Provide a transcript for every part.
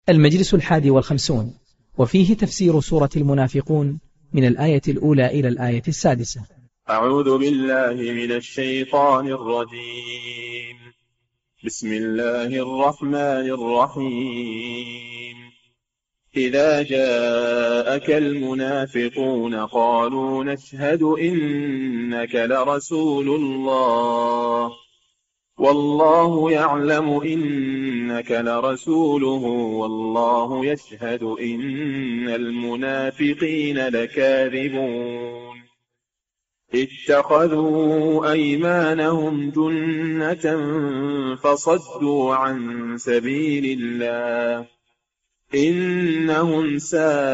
المجلس 51، وفيه تفسير سورة المنافقون من الآية الأولى إلى الآية 6. أعوذ بالله من الشيطان الرجيم. بسم الله الرحمن الرحيم. إذا جاءك المنافقون قالوا نشهد إنك لرسول الله والله يعلم إنك لرسوله والله يشهد إن المنافقين لكاذبون. اتخذوا أيمانهم جنة فصدوا عن سبيل الله إنهم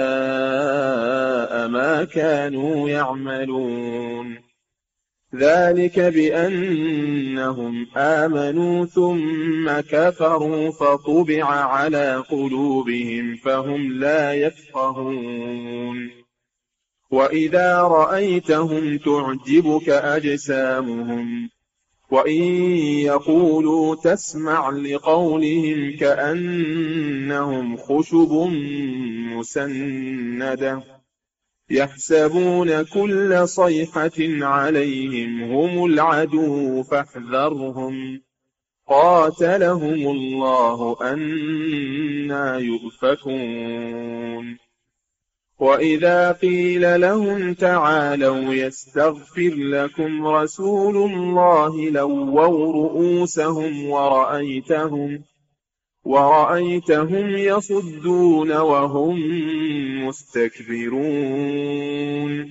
ساء ما كانوا يعملون. ذلك بأنهم آمنوا ثم كفروا فطبع على قلوبهم فهم لا يفقهون. وإذا رأيتهم تعجبك أجسامهم وإن يقولوا تسمع لقولهم كأنهم خشب مسندة يحسبون كل صيحة عليهم هم العدو فاحذرهم قاتلهم الله أنى يؤفكون. وإذا قيل لهم تعالوا يستغفر لكم رسول الله لووا رؤوسهم ورأيتهم يصدون وهم مستكبرون.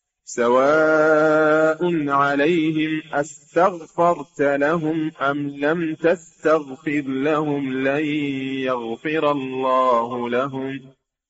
سواء عليهم أستغفرت لهم أم لم تستغفر لهم لن يغفر الله لهم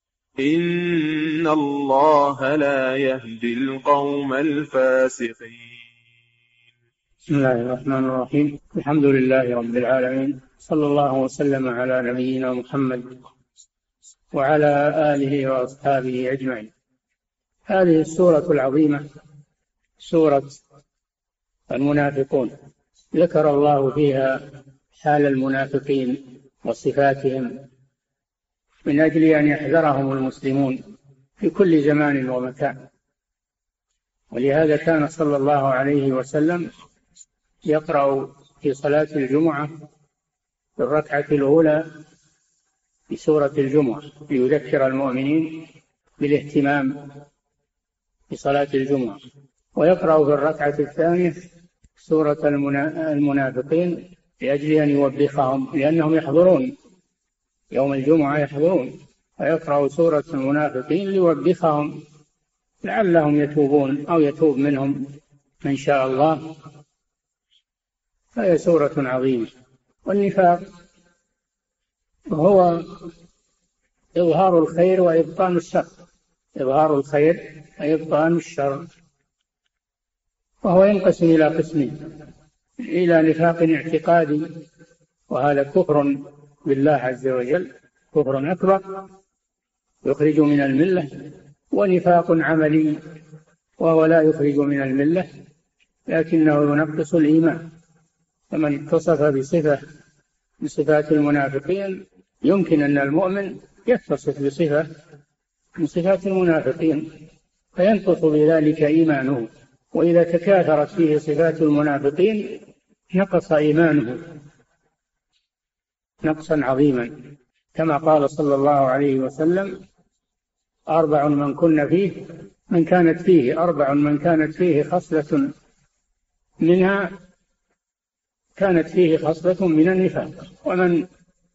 إن الله لا يهدي القوم الفاسقين. بسم الله الرحمن الرحيم. الحمد لله رب العالمين، صلى الله وسلم على نبينا محمد وعلى آله وأصحابه أجمعين. هذه السورة العظيمة سورة المنافقون، ذكر الله فيها حال المنافقين وصفاتهم من أجل أن يحذرهم المسلمون في كل زمان ومكان. ولهذا كان صلى الله عليه وسلم يقرأ في صلاة الجمعة في الركعة الأولى في سورة الجمعة ليذكر المؤمنين بالاهتمام بصلاة الجمعة، ويقرأ في الركعة الثانية سورة المنافقين لأجل أن يوبخهم، لأنهم يحضرون يوم الجمعة يحضرون، ويقرأ سورة المنافقين ليوبخهم لعلهم يتوبون أو يتوب منهم إن شاء الله. فهي سورة عظيمة. والنفاق هو إظهار الخير وإبطان الشر، إظهار الخير وإبطان الشر، وهو ينقسم إلى قسمين: إلى نفاق اعتقادي وهذا كفر بالله عز وجل، كفر أكبر يخرج من الملة، ونفاق عملي وهو لا يخرج من الملة لكنه ينقص الإيمان. فمن اتصف بصفة من صفات المنافقين يمكن أن المؤمن يتصف بصفة من صفات المنافقين فينقص بذلك إيمانه، وإذا تكاثرت فيه صفات المنافقين نقص إيمانه نقصا عظيما، كما قال صلى الله عليه وسلم: أربع من كانت فيه خصلة منها كانت فيه خصلة من النفاق، ومن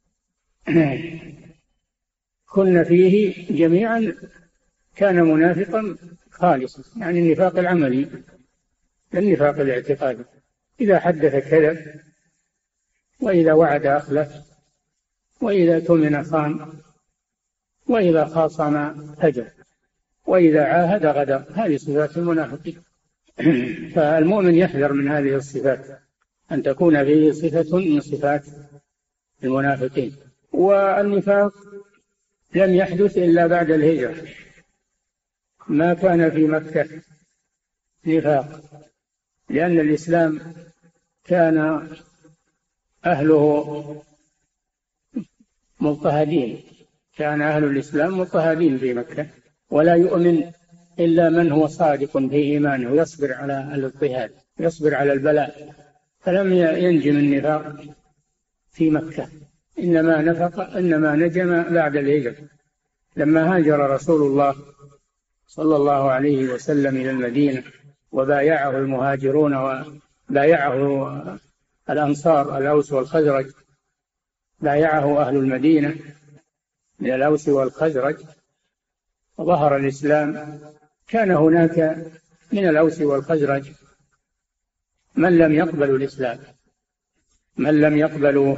كن فيه جميعا كان منافقا خالصا، يعني النفاق العملي النفاق الاعتقادي. إذا حدث كذب، وإذا وعد أخلف، وإذا اؤتمن خان، وإذا خاصم فجر، وإذا عاهد غدر. هذه صفات المنافقين. فالمؤمن يحذر من هذه الصفات، أن تكون فيه صفة من صفات المنافقين. والنفاق لم يحدث إلا بعد الهجرة، ما كان في مكة نفاق، لأن الإسلام كان أهله مضطهدين، كان أهل الإسلام مضطهدين في مكة، ولا يؤمن إلا من هو صادق في إيمانه ويصبر على الاضطهاد، يصبر على البلاء، فلم ينج من النفاق في مكة، إنما نجم بعد الهجرة لما هاجر رسول الله صلى الله عليه وسلم إلى المدينة، وبايعه المهاجرون وبايعه الأنصار الأوس والخزرج، بايعه أهل المدينة من الأوس والخزرج، وظهر الإسلام. كان هناك من الأوس والخزرج من لم يقبلوا الإسلام، من لم يقبلوا،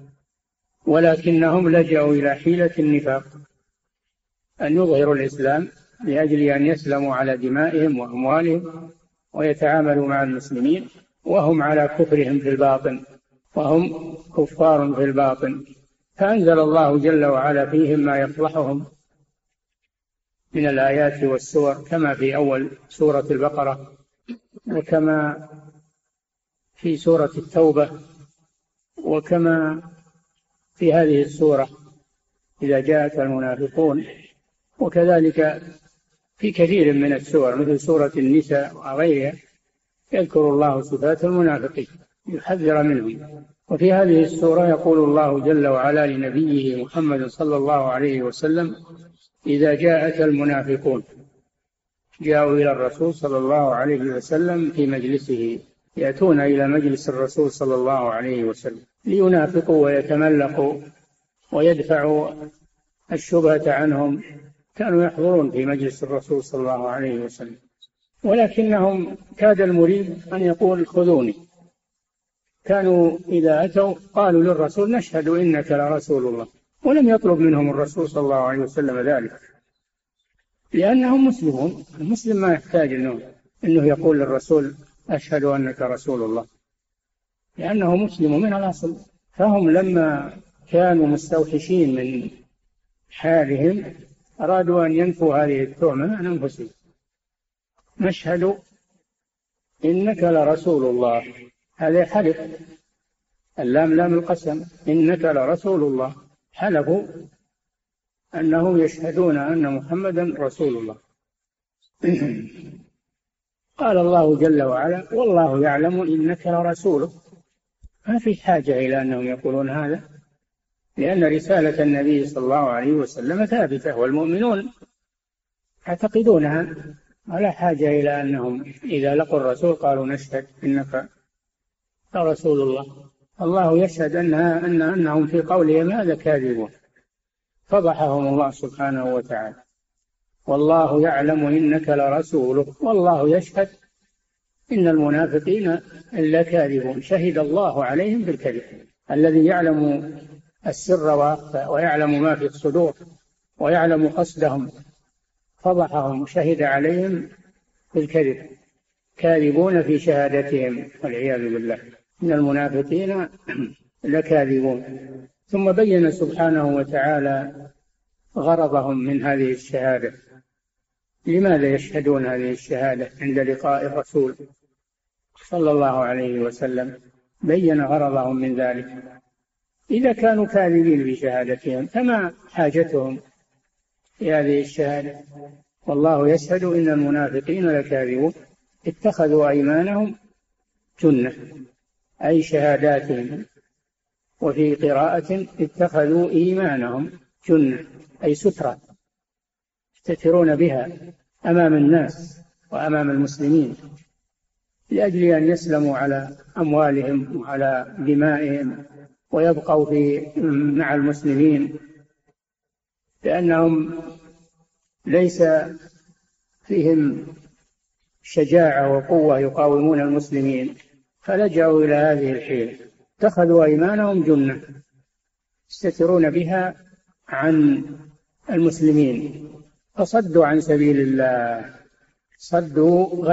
ولكنهم لجأوا إلى حيلة النفاق أن يظهروا الإسلام لأجل أن يسلموا على دمائهم وأموالهم ويتعاملوا مع المسلمين وهم على كفرهم في الباطن، وهم كفار في الباطن. فأنزل الله جل وعلا فيهم ما يصلحهم من الآيات والسور، كما في أول سورة البقرة، وكما في سورة التوبة، وكما في هذه السورة إذا جاءك المنافقون، وكذلك في كثير من السور مثل سورة النساء وغيرها يذكر الله صفات المنافقين يحذر منهم. وفي هذه السورة يقول الله جل وعلا لنبيه محمد صلى الله عليه وسلم: إذا جاءك المنافقون، جاءوا إلى الرسول صلى الله عليه وسلم في مجلسه، يأتون إلى مجلس الرسول صلى الله عليه وسلم لينافقوا ويتملقوا ويدفعوا الشبهة عنهم. كانوا يحضرون في مجلس الرسول صلى الله عليه وسلم، ولكنهم كاد المريد أن يقول خذوني. كانوا إذا أتوا قالوا للرسول: نشهد إنك لرسول الله، ولم يطلب منهم الرسول صلى الله عليه وسلم ذلك، لأنهم مسلمون. المسلم ما يحتاج أنه يقول للرسول: أشهد أنك رسول الله، لأنه مسلم من الأصل. فهم لما كانوا مستوحشين من حالهم أرادوا أن ينفوا هذه التهمة عن أنفسهم. نشهد إنك لرسول الله، هذا حلف، اللام لام القسم، إنك لرسول الله، حلفوا أنهم يشهدون أن محمدا رسول الله. قال الله جل وعلا: والله يعلم إنك لرسوله. ما في حاجة إلى أنهم يقولون هذا، لأن رسالة النبي صلى الله عليه وسلم ثابتة والمؤمنون يعتقدونها، ولا حاجة إلى أنهم إذا لقوا الرسول قالوا: نشهد إنك لرسول الله. الله يشهد أنهم في قولهم هذا كاذبون، فضحهم الله سبحانه وتعالى. والله يعلم إنك لرسوله والله يشهد إن المنافقين لكاذبون. شهد الله عليهم بالكذب. الذي يعلم السر وأخفى ويعلم ما في الصدور ويعلم قصدهم فضحهم، شهد عليهم بالكذب، كاذبون في شهادتهم والعياذ بالله، إن المنافقين لكاذبون. ثم بين سبحانه وتعالى غرضهم من هذه الشهادة، لماذا يشهدون هذه الشهادة عند لقاء الرسول صلى الله عليه وسلم، بين غرضهم من ذلك. إذا كانوا كاذبين بشهادتهم فما حاجتهم في هذه الشهادة؟ والله يشهد إن المنافقين لكاذبون اتخذوا أيمانهم جنة، أي شهاداتهم. وفي قراءة اتخذوا إيمانهم جنة، أي سترة يستترون بها أمام الناس وأمام المسلمين، لأجل أن يسلموا على أموالهم وعلى دمائهم ويبقوا مع المسلمين، لأنهم ليس فيهم شجاعة وقوة يقاومون المسلمين، فلجأوا إلى هذه الحيلة. اتخذوا أيمانهم جنة يستترون بها عن المسلمين، فصدوا عن سبيل الله، صدوا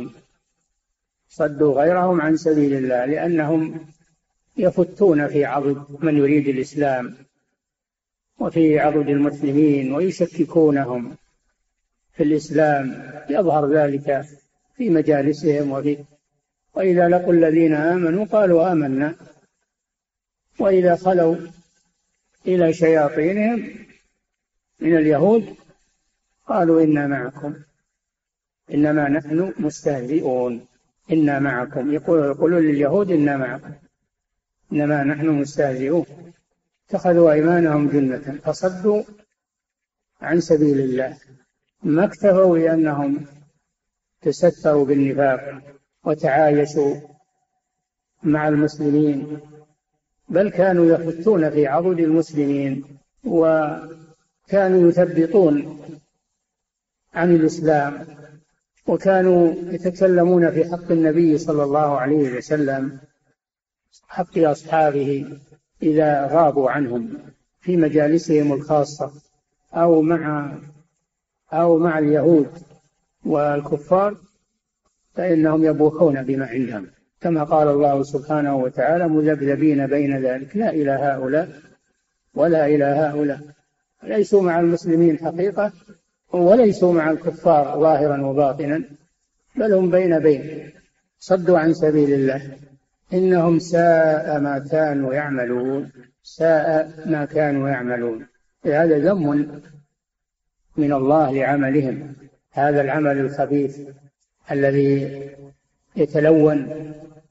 غيرهم عن سبيل الله، لأنهم يفتون في عضد من يريد الإسلام وفي عضد المسلمين ويشككونهم في الإسلام، يظهر ذلك في مجالسهم وإذا لقوا الذين آمنوا قالوا آمنا، وإذا خلوا إلى شياطينهم من اليهود قالوا إنا معكم إنما نحن مستهزئون. إنا معكم يقولون لليهود إنا معكم إنما نحن مستهزئون. اتخذوا أيمانهم جنة فصدوا عن سبيل الله، ما اكتفوا لأنهم تستروا بالنفاق وتعايشوا مع المسلمين، بل كانوا يفتون في عضد المسلمين وكانوا يثبطون عن الإسلام، وكانوا يتكلمون في حق النبي صلى الله عليه وسلم، حق أصحابه إذا غابوا عنهم في مجالسهم الخاصة أو مع اليهود والكفار، فإنهم يبوحون بما عندهم، كما قال الله سبحانه وتعالى مذبذبين بين ذلك لا إلى هؤلاء ولا إلى هؤلاء. ليسوا مع المسلمين حقيقة وليسوا مع الكفار ظاهرا وباطنا، بل هم بين صدوا عن سبيل الله. إنهم ساء ما كانوا يعملون، ساء ما كانوا يعملون. هذا ذم من الله لعملهم، هذا العمل الخبيث الذي يتلون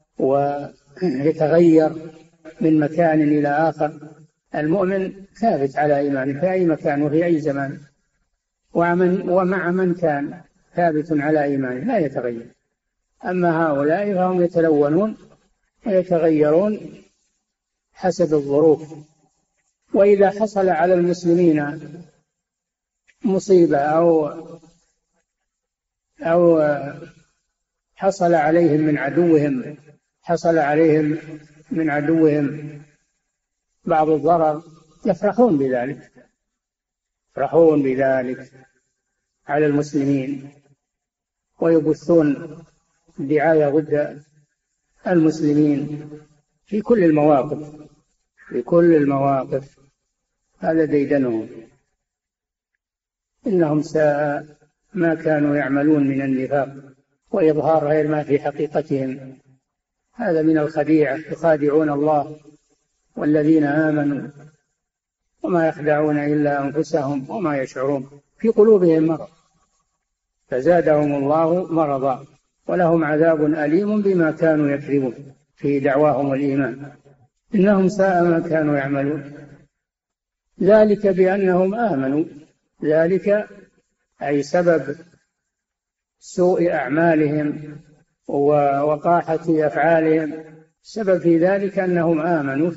ويتغير من مكان إلى آخر. المؤمن ثابت على إيمانه في أي مكان وفي أي زمان، ومع من كان ثابت على إيمانه لا يتغير. أما هؤلاء فهم يتلونون ويتغيرون حسب الظروف. وإذا حصل على المسلمين مصيبة أو حصل عليهم من عدوهم بعض الضرر يفرحون بذلك على المسلمين، ويبثون دعاية ضد المسلمين في كل المواقف. هذا ديدنهم. إنهم ساء ما كانوا يعملون من النفاق وإظهار غير ما في حقيقتهم. هذا من الخديعة، يخادعون الله والذين آمنوا وما يخدعون إلا أنفسهم وما يشعرون. في قلوبهم مرض فزادهم الله مرضا ولهم عذاب أليم بما كانوا يكذبون في دعواهم الإيمان. إنهم ساء ما كانوا يعملون. ذلك بأنهم آمنوا، ذلك أي سبب سوء أعمالهم ووقاحة أفعالهم، سبب في ذلك أنهم آمنوا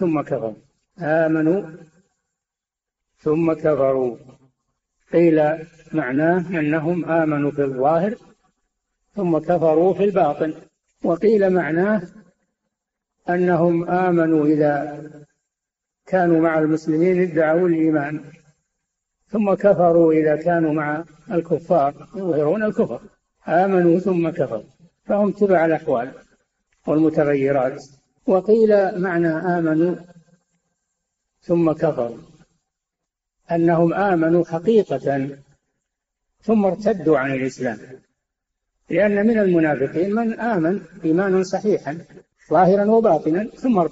ثم كفروا. قيل معناه أنهم آمنوا في الظاهر ثم كفروا في الباطن، وقيل معناه أنهم آمنوا إذا كانوا مع المسلمين ادعوا الإيمان، ثم كفروا إذا كانوا مع الكفار يظهرون الكفر. آمنوا ثم كفروا، فهم تبع الأحوال والمتغيرات. وقيل معنى آمنوا ثم كفروا أنهم آمنوا حقيقة ثم ارتدوا عن الإسلام، لأن من المنافقين من آمن إيمانا صحيحا ظاهرا وباطنا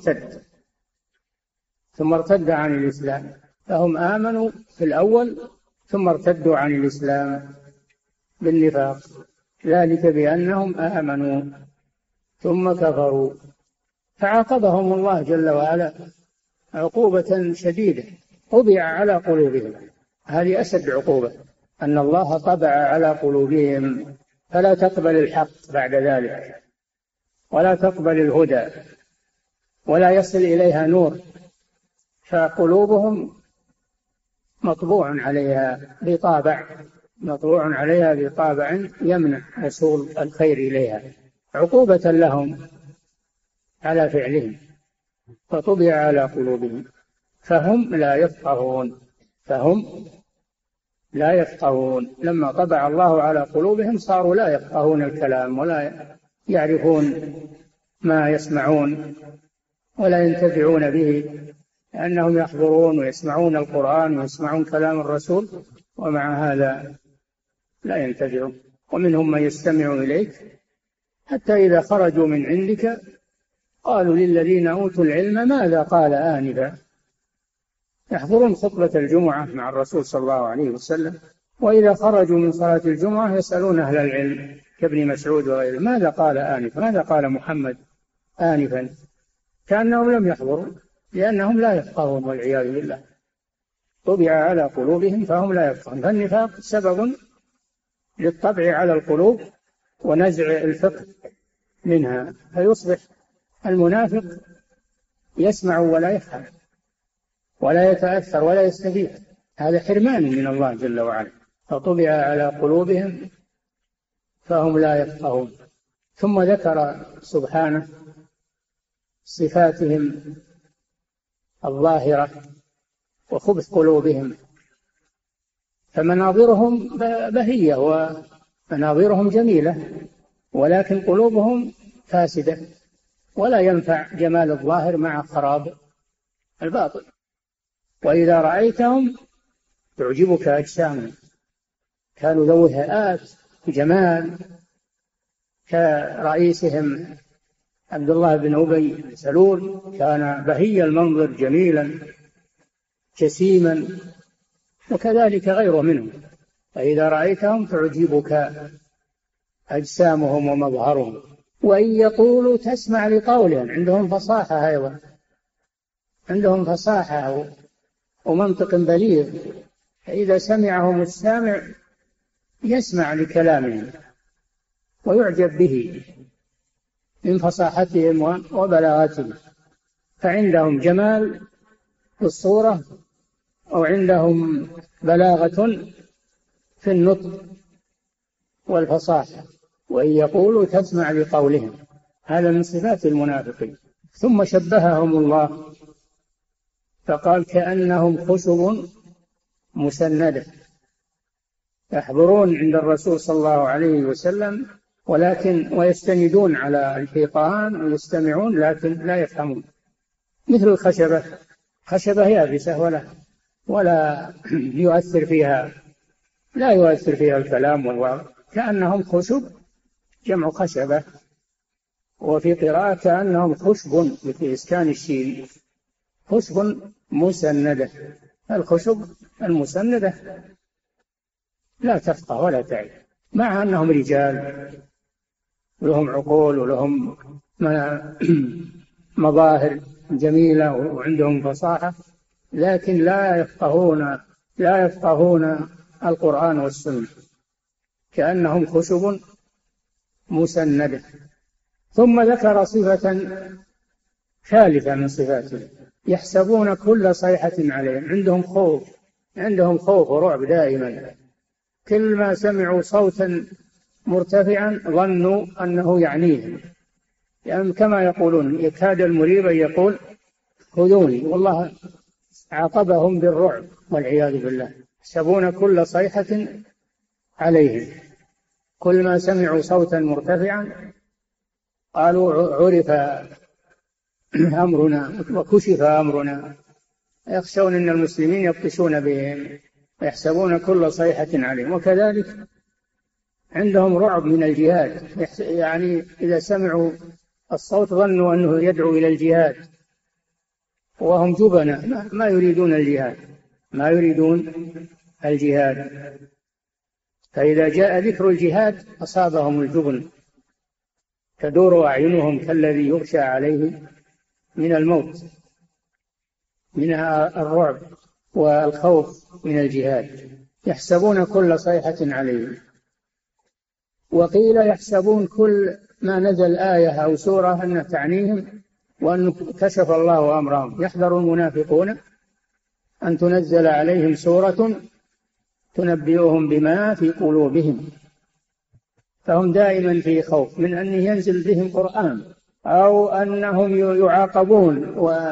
ثم ارتد عن الإسلام، فهم آمنوا في الأول ثم ارتدوا عن الإسلام بالنفاق. ذلك بأنهم آمنوا ثم كفروا، فعاقبهم الله جل وعلا عقوبة شديدة، طبع على قلوبهم. هذه أشد عقوبة، أن الله طبع على قلوبهم فلا تقبل الحق بعد ذلك، ولا تقبل الهدى، ولا يصل إليها نور، فقلوبهم مطبوع عليها بطابع يمنع وصول الخير إليها، عقوبة لهم على فعلهم، فطبع على قلوبهم فهم لا يفقهون. لما طبع الله على قلوبهم صاروا لا يفقهون الكلام ولا يعرفون ما يسمعون ولا ينتفعون به، لأنهم يحضرون ويسمعون القرآن ويسمعون كلام الرسول، ومع هذا لا ينتفعون. ومنهم من يستمع إليك حتى إذا خرجوا من عندك قالوا للذين أوتوا العلم ماذا قال آنفا، يحضرون خطبة الجمعة مع الرسول صلى الله عليه وسلم، وإذا خرجوا من صلاة الجمعة يسألون أهل العلم كابن مسعود وغيره: ماذا قال آنفا؟ ماذا قال محمد آنفا؟ كأنهم لم يحضروا، لأنهم لا يفقهون والعياذ بالله، طبع على قلوبهم فهم لا يفقهون. فالنفاق سبب للطبع على القلوب ونزع الفقه منها، فيصبح المنافق يسمع ولا يفهم ولا يتأثر ولا يستفيد. هذا حرمان من الله جل وعلا، فطبع على قلوبهم فهم لا يفقهون. ثم ذكر سبحانه صفاتهم الظاهرة وخبث قلوبهم، فمناظرهم بهية ومناظرهم جميلة، ولكن قلوبهم فاسدة، ولا ينفع جمال الظاهر مع خراب الباطن. وإذا رأيتهم تعجبك أجسامهم، كانوا ذوي هيئات جمال، كرئيسهم عبد الله بن أبي بن سلول، كان بهي المنظر جميلا جسيما، وكذلك غيره منهم. فإذا رأيتهم تعجبك أجسامهم ومظهرهم، وإن يقولوا تسمع لقولهم، عندهم فصاحة أيضا، عندهم فصاحة ومنطق بليغ، فإذا سمعهم السامع يسمع لكلامهم ويعجب به من فصاحتهم وبلاغتهم، فعندهم جمال في الصورة أو عندهم بلاغة في النطق والفصاحة. وإن يقولوا تسمع لقولهم، هذا من صفات المنافقين. ثم شبههم الله فقال: كأنهم خشب مسندة، يحضرون عند الرسول صلى الله عليه وسلم ويستندون على الحيطان ويستمعون، لكن لا يفهمون، مثل الخشبة، خشبة يابسة ولا يؤثر فيها، لا يؤثر فيها الكلام والوعظ. كأنهم خشب، جمع خشبة، وفي قراءة كأنهم خشب مثل إسكان الشين، خشب مسندة. الخشب المسندة لا تفقه ولا تعي، مع أنهم رجال لهم عقول ولهم مظاهر جميلة وعندهم فصاحة، لكن لا يفقهون القرآن والسنة. كأنهم خشب مسندة. ثم ذكر صفة ثالثة من صفاته: يحسبون كل صيحة عليهم، عندهم خوف ورعب دائما، كل ما سمعوا صوتا مرتفعا ظنوا أنه يعنيهم، يعني كما يقولون يكاد المريب يقول خذوني، والله عاقبهم بالرعب والعياذ بالله. يحسبون كل صيحة عليهم، كل ما سمعوا صوتا مرتفعا قالوا عرف أمرنا وكشف أمرنا، يخشون أن المسلمين يبطشون بهم، ويحسبون كل صيحة عليهم. وكذلك عندهم رعب من الجهاد، يعني إذا سمعوا الصوت ظنوا أنه يدعو إلى الجهاد، وهم جبنة ما يريدون الجهاد. فإذا جاء ذكر الجهاد أصابهم الجبن، تدور أعينهم كالذي يغشى عليه من الموت، من الرعب والخوف من الجهاد. يحسبون كل صيحة عليهم. وقيل يحسبون كل ما نزل آية أو سورة أن تعنيهم وأن كشف الله أمرهم. يحذر المنافقون أن تنزل عليهم سورة تنبئهم بما في قلوبهم، فهم دائما في خوف من أن ينزل بهم قرآن، أو أنهم يعاقبون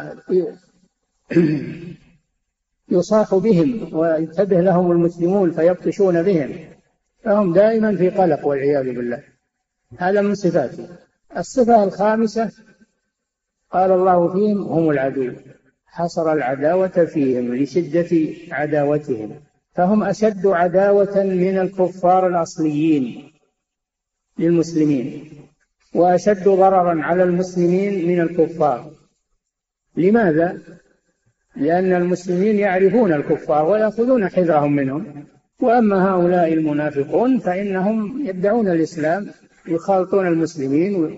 ويصاح بهم وينتبه لهم المسلمون فيبطشون بهم، فهم دائما في قلق والعياذ بالله. هذا من صفاته. الصفة الخامسة قال الله فيهم: هم العدو، حصر العداوة فيهم لشدة عداوتهم، فهم أشد عداوة من الكفار الأصليين للمسلمين، وأشد ضررا على المسلمين من الكفار. لماذا؟ لأن المسلمين يعرفون الكفار ويأخذون حذرهم منهم. وأما هؤلاء المنافقون فإنهم يدعون الإسلام، يخالطون المسلمين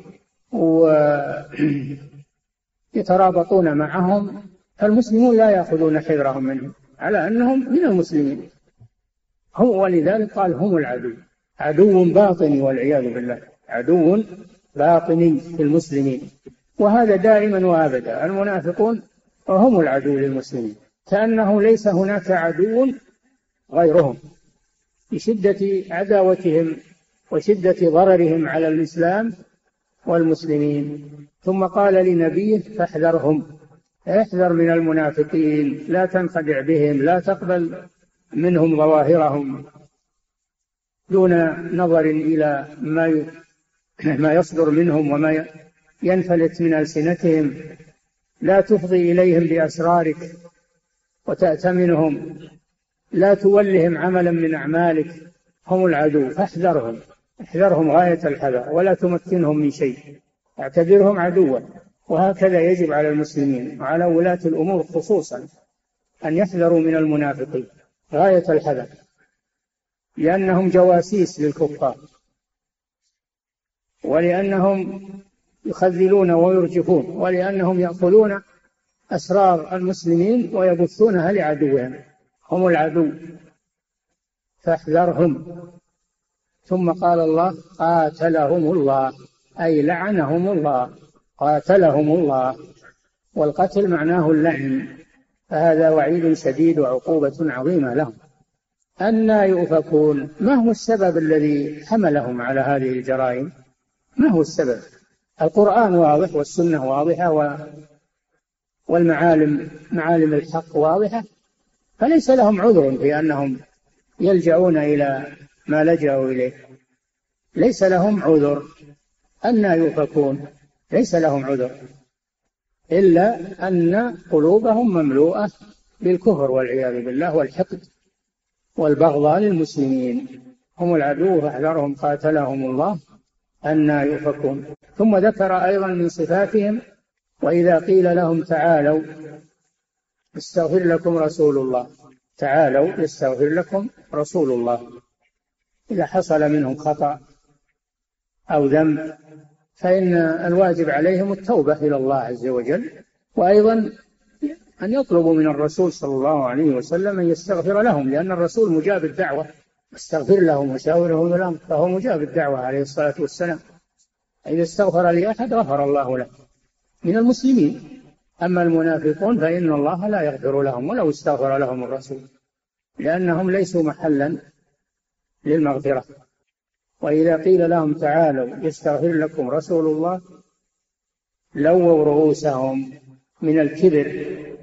ويترابطون معهم، فالمسلمون لا يأخذون حذرهم منهم على أنهم من المسلمين. ولذلك قال هم العدو، عدو باطني والعياذ بالله، عدو باطني في المسلمين. وهذا دائما وأبدا، المنافقون هم العدو للمسلمين، كأنه ليس هناك عدو غيرهم، بشدة عداوتهم وشدة ضررهم على الإسلام والمسلمين. ثم قال لنبيه فاحذرهم، احذر من المنافقين، لا تنخدع بهم، لا تقبل منهم ظواهرهم دون نظر إلى ما يصدر منهم وما ينفلت من ألسنتهم، لا تفضي إليهم بأسرارك وتأتمنهم، لا تولهم عملا من أعمالك، هم العدو فاحذرهم، احذرهم غاية الحذر ولا تمكنهم من شيء، اعتبرهم عدوا. وهكذا يجب على المسلمين وعلى ولاة الأمور خصوصا أن يحذروا من المنافقين غاية الحذر، لأنهم جواسيس للكفار، ولأنهم يخذلون ويرجفون، ولأنهم يأخذون أسرار المسلمين ويبثونها لعدوهم، هم العدو فاحذرهم. ثم قال الله قاتلهم الله، أي لعنهم الله، قاتلهم الله، والقتل معناه اللعن، فهذا وعيد شديد وعقوبة عظيمة لهم. أنى يؤفكون؟ ما هو السبب الذي حملهم على هذه الجرائم؟ ما هو السبب؟ القرآن واضح والسنة واضحة معالم الحق واضحة، فليس لهم عذر في أنهم يلجؤون إلى ما لجأوا إليه، ليس لهم عذر. أنى يؤفكون؟ ليس لهم عذر إلا أن قلوبهم مملوءة بالكفر والعياذ بالله والحقد والبغضاء للمسلمين، هم العدو فاحذرهم قاتلهم الله أنى يؤفكون. ثم ذكر أيضا من صفاتهم وإذا قيل لهم تعالوا يستغفر لكم رسول الله، تعالوا يستغفر لكم رسول الله، إذا حصل منهم خطأ أو ذنب فإن الواجب عليهم التوبة إلى الله عز وجل، وأيضا أن يطلبوا من الرسول صلى الله عليه وسلم أن يستغفر لهم، لأن الرسول مجاب الدعوة، استغفر لهم وشاورهم في الأمر، فهو مجاب الدعوة عليه الصلاة والسلام، إذا استغفر لأحد غفر الله له من المسلمين. أما المنافقون فإن الله لا يغفر لهم ولو استغفر لهم الرسول، لأنهم ليسوا محلا للمغفرة. وإذا قيل لهم تعالوا يستغفر لكم رسول الله لووا رؤوسهم من الكبر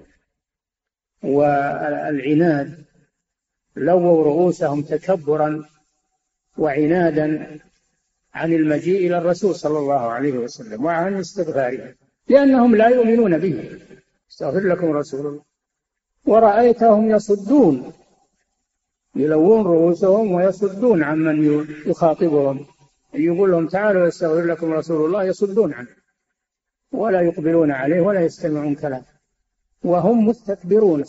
والعناد، لووا رؤوسهم تكبرا وعنادا عن المجيء إلى الرسول صلى الله عليه وسلم وعن استغفاره، لأنهم لا يؤمنون به. استغفر لكم رسول الله، ورأيتهم يصدون، يلوون رؤوسهم ويصدون عمن يخاطبهم، يقول لهم تعالوا يستغفر لكم رسول الله، يصدون عنه ولا يقبلون عليه ولا يستمعون كلامه، وهم مستكبرون،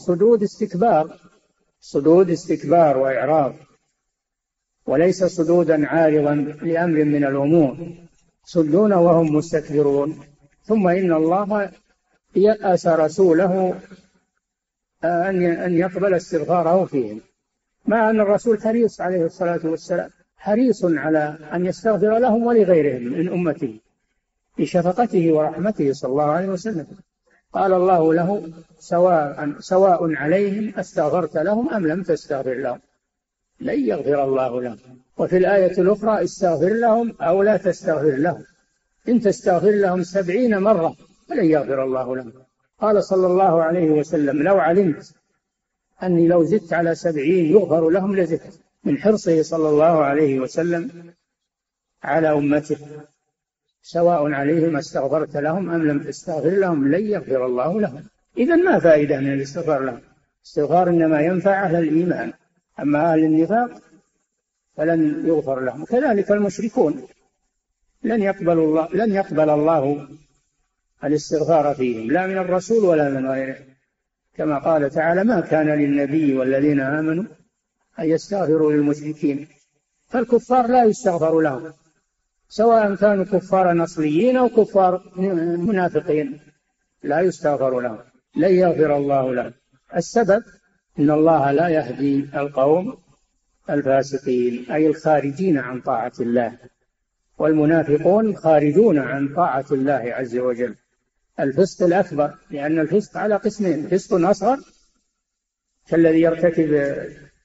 صدود استكبار وإعراض، وليس صدودا عارضا لأمر من الأمور، صدون وهم مستكبرون. ثم إن الله يأس رسوله أن يقبل استغفاره فيهم، مع أن الرسول حريص عليه الصلاة والسلام، حريص على أن يستغفر لهم ولغيرهم من أمته بشفقته ورحمته صلى الله عليه وسلم. قال الله له سواء عليهم أستغفرت لهم أم لم تستغفر لهم لن يغفر الله لهم. وفي الآية الأخرى استغفر لهم أو لا تستغفر لهم إن تستغفر لهم 70 مرة فلن يغفر الله لهم. قال صلى الله عليه وسلم لو علمت أني لو زدت على 70 يغفر لهم لزدت، من حرصه صلى الله عليه وسلم على أمته. سواء عليهم استغفرت لهم أم لم تستغفر لهم لن يغفر الله لهم. إذن ما فائدة من الاستغفار لهم؟ الاستغفار إنما ينفع أهل الإيمان، أما أهل النفاق فلن يغفر لهم. كذلك المشركون لن يقبل الله الاستغفار فيهم، لا من الرسول ولا من غيره. كما قال تعالى: ما كان للنبي والذين آمنوا أن يستغفروا للمشركين. فالكفار لا يستغفر لهم، سواء كانوا كفار نصريين أو كفار منافقين، لا يستغفر لهم، لن يغفر الله لهم. السبب إن الله لا يهدي القوم الفاسقين، أي الخارجين عن طاعة الله، والمنافقون خارجون عن طاعة الله عز وجل. الفسق الأكبر، لأن الفسق على قسمين: فسق أصغر كالذي يرتكب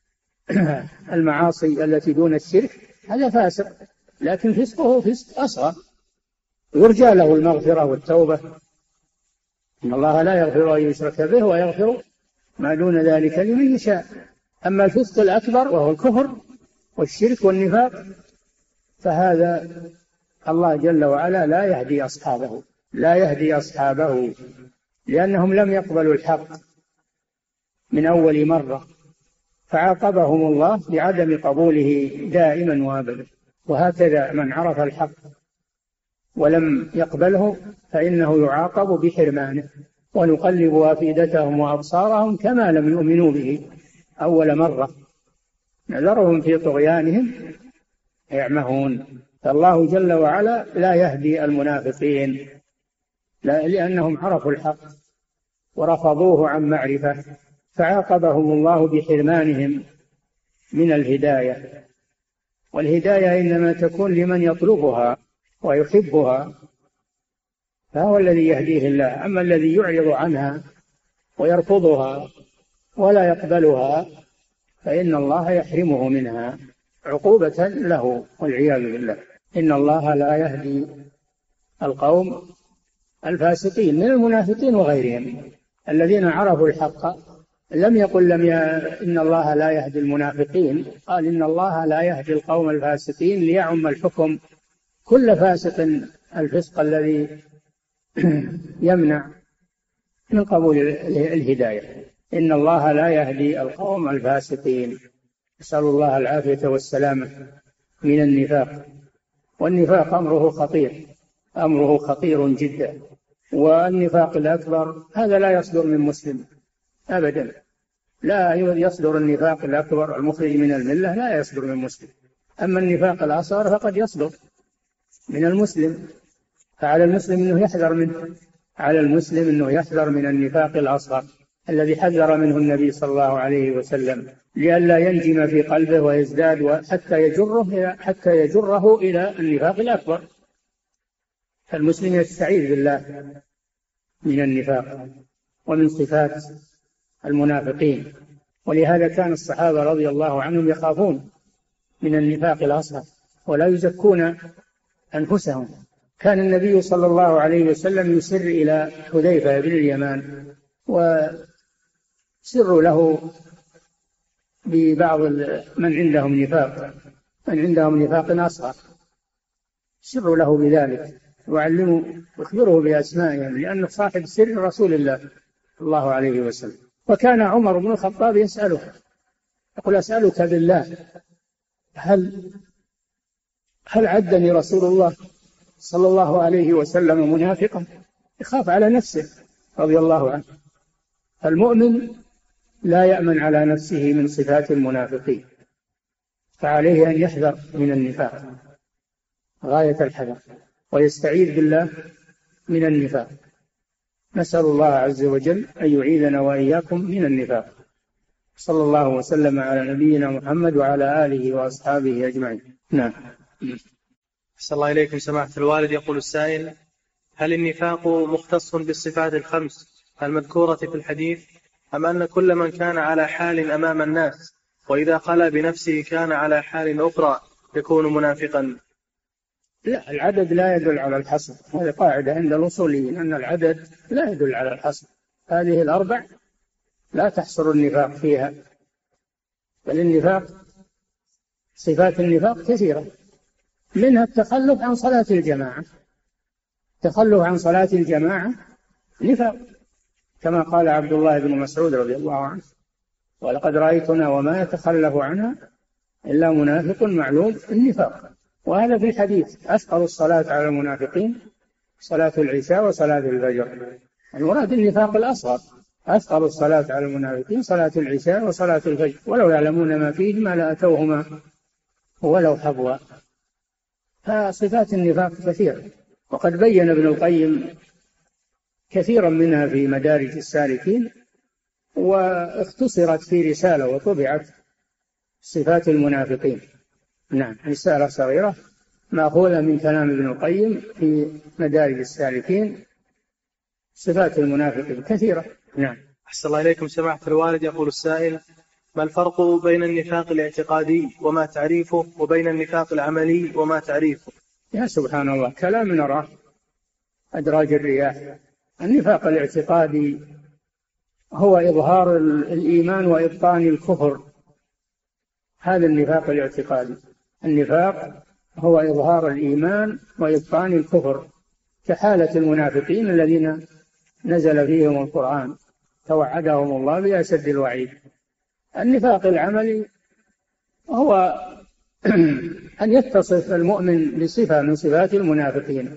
المعاصي التي دون الشرك، هذا فاسق، لكن فسقه فسق أصغر يرجى له المغفرة والتوبة. إن الله لا يغفر أن يشرك به ويغفر ما دون ذلك لمن يشاء. أما الفسق الأكبر وهو الكفر والشرك والنفاق فهذا الله جل وعلا لا يهدي أصحابه لأنهم لم يقبلوا الحق من أول مرة، فعاقبهم الله بعدم قبوله دائما وابدا. وهكذا من عرف الحق ولم يقبله فإنه يعاقب بحرمانه. ونقلب أفئدتهم وأبصارهم كما لم يؤمنوا به أول مرة، نذرهم في طغيانهم يعمهون. فالله جل وعلا لا يهدي المنافقين لأنهم عرفوا الحق ورفضوه عن معرفة، فعاقبهم الله بحرمانهم من الهداية. والهداية إنما تكون لمن يطلبها ويحبها، فهو الذي يهديه الله. أما الذي يعرض عنها ويرفضها ولا يقبلها فإن الله يحرمه منها عقوبة له والعياذ بالله. إن الله لا يهدي القوم الفاسقين من المنافقين وغيرهم الذين عرفوا الحق. لم يقل إن الله لا يهدي المنافقين، قال إن الله لا يهدي القوم الفاسقين ليعم الحكم كل فاسق، الفسق الذي يمنع من قبول الهداية. إن الله لا يهدي القوم الفاسقين. نسأل الله العافية والسلامة من النفاق. والنفاق أمره خطير جدا. والنفاق الأكبر هذا لا يصدر من مسلم أبدا، لا يصدر النفاق الأكبر المخرج من الملة، لا يصدر من مسلم. أما النفاق الأصغر فقد يصدر من المسلم، فعلى المسلم أنه يحذر منه، على المسلم أنه يحذر من النفاق الأصغر الذي حذر منه النبي صلى الله عليه وسلم، لئلا ينجم في قلبه ويزداد حتى يجره إلى النفاق الأكبر. فالمسلم يستعيذ بالله من النفاق ومن صفات المنافقين. ولهذا كان الصحابة رضي الله عنهم يخافون من النفاق الأصغر ولا يزكون أنفسهم. كان النبي صلى الله عليه وسلم يسر إلى حذيفة بن اليمان وسر له ببعض من عندهم نفاق أصغر، سر له بذلك وعلمه واخبره بأسمائهم، لأنه صاحب سر رسول الله صلى الله عليه وسلم. وكان عمر بن الخطاب يسأله، يقول: أسألك بالله هل عدني رسول الله صلى الله عليه وسلم منافقا؟ يخاف على نفسه رضي الله عنه. المؤمن لا يأمن على نفسه من صفات المنافقين، فعليه أن يحذر من النفاق غاية الحذر ويستعيذ بالله من النفاق. نسأل الله عز وجل أن يعيذنا وإياكم من النفاق. صلى الله وسلم على نبينا محمد وعلى آله وأصحابه أجمعين. نعم. أحسن الله إليكم سماحة الوالد. يقول السائل: هل النفاق مختص بالصفات الخمس المذكورة في الحديث، أم أن كل من كان على حال أمام الناس وإذا خلا بنفسه كان على حال أخرى يكون منافقا؟ لا، العدد لا يدل على الحصر، هذه قاعدة عند الأصوليين أن العدد لا يدل على الحصر. هذه الأربع لا تحصر النفاق فيها، بل النفاق صفات النفاق كثيرة، منها التخلف عن صلاة الجماعة. التخلف عن صلاة الجماعة نفاق، كما قال عبد الله بن مسعود رضي الله عنه: ولقد رأيتنا وما يتخلف عنها إلا منافق معلوم النفاق. وهذا في الحديث: أثقل الصلاة على المنافقين صلاة العشاء وصلاة الفجر. المراد النفاق الأصغر أثقل الصلاة على المنافقين صلاة العشاء وصلاة الفجر ولو يعلمون ما فيهما لأتوهما ولو حبوا. فصفات النفاق كثيرة، وقد بين ابن القيم كثيرا منها في مدارج السالكين، واختصرت في رسالة وطبعت صفات المنافقين. نعم، رسالة صغيرة مأخوذة من كلام ابن القيم في مدارج السالكين. صفات المنافقين كثيرة. نعم. أحسن الله إليكم سماحة الوالد. يقول السائل: ما الفرق بين النفاق الاعتقادي وما تعريفه وبين النفاق العملي وما تعريفه؟ يا سبحان الله، كلام نراه أدراج الرياح. النفاق الاعتقادي هو إظهار الإيمان وإبطان الكفر، هذا النفاق الاعتقادي. النفاق هو إظهار الإيمان وإبطان الكفر، كحالة المنافقين الذين نزل فيهم القرآن توعدهم الله بأشد الوعيد. النفاق العملي هو أن يتصف المؤمن بصفة من صفات المنافقين.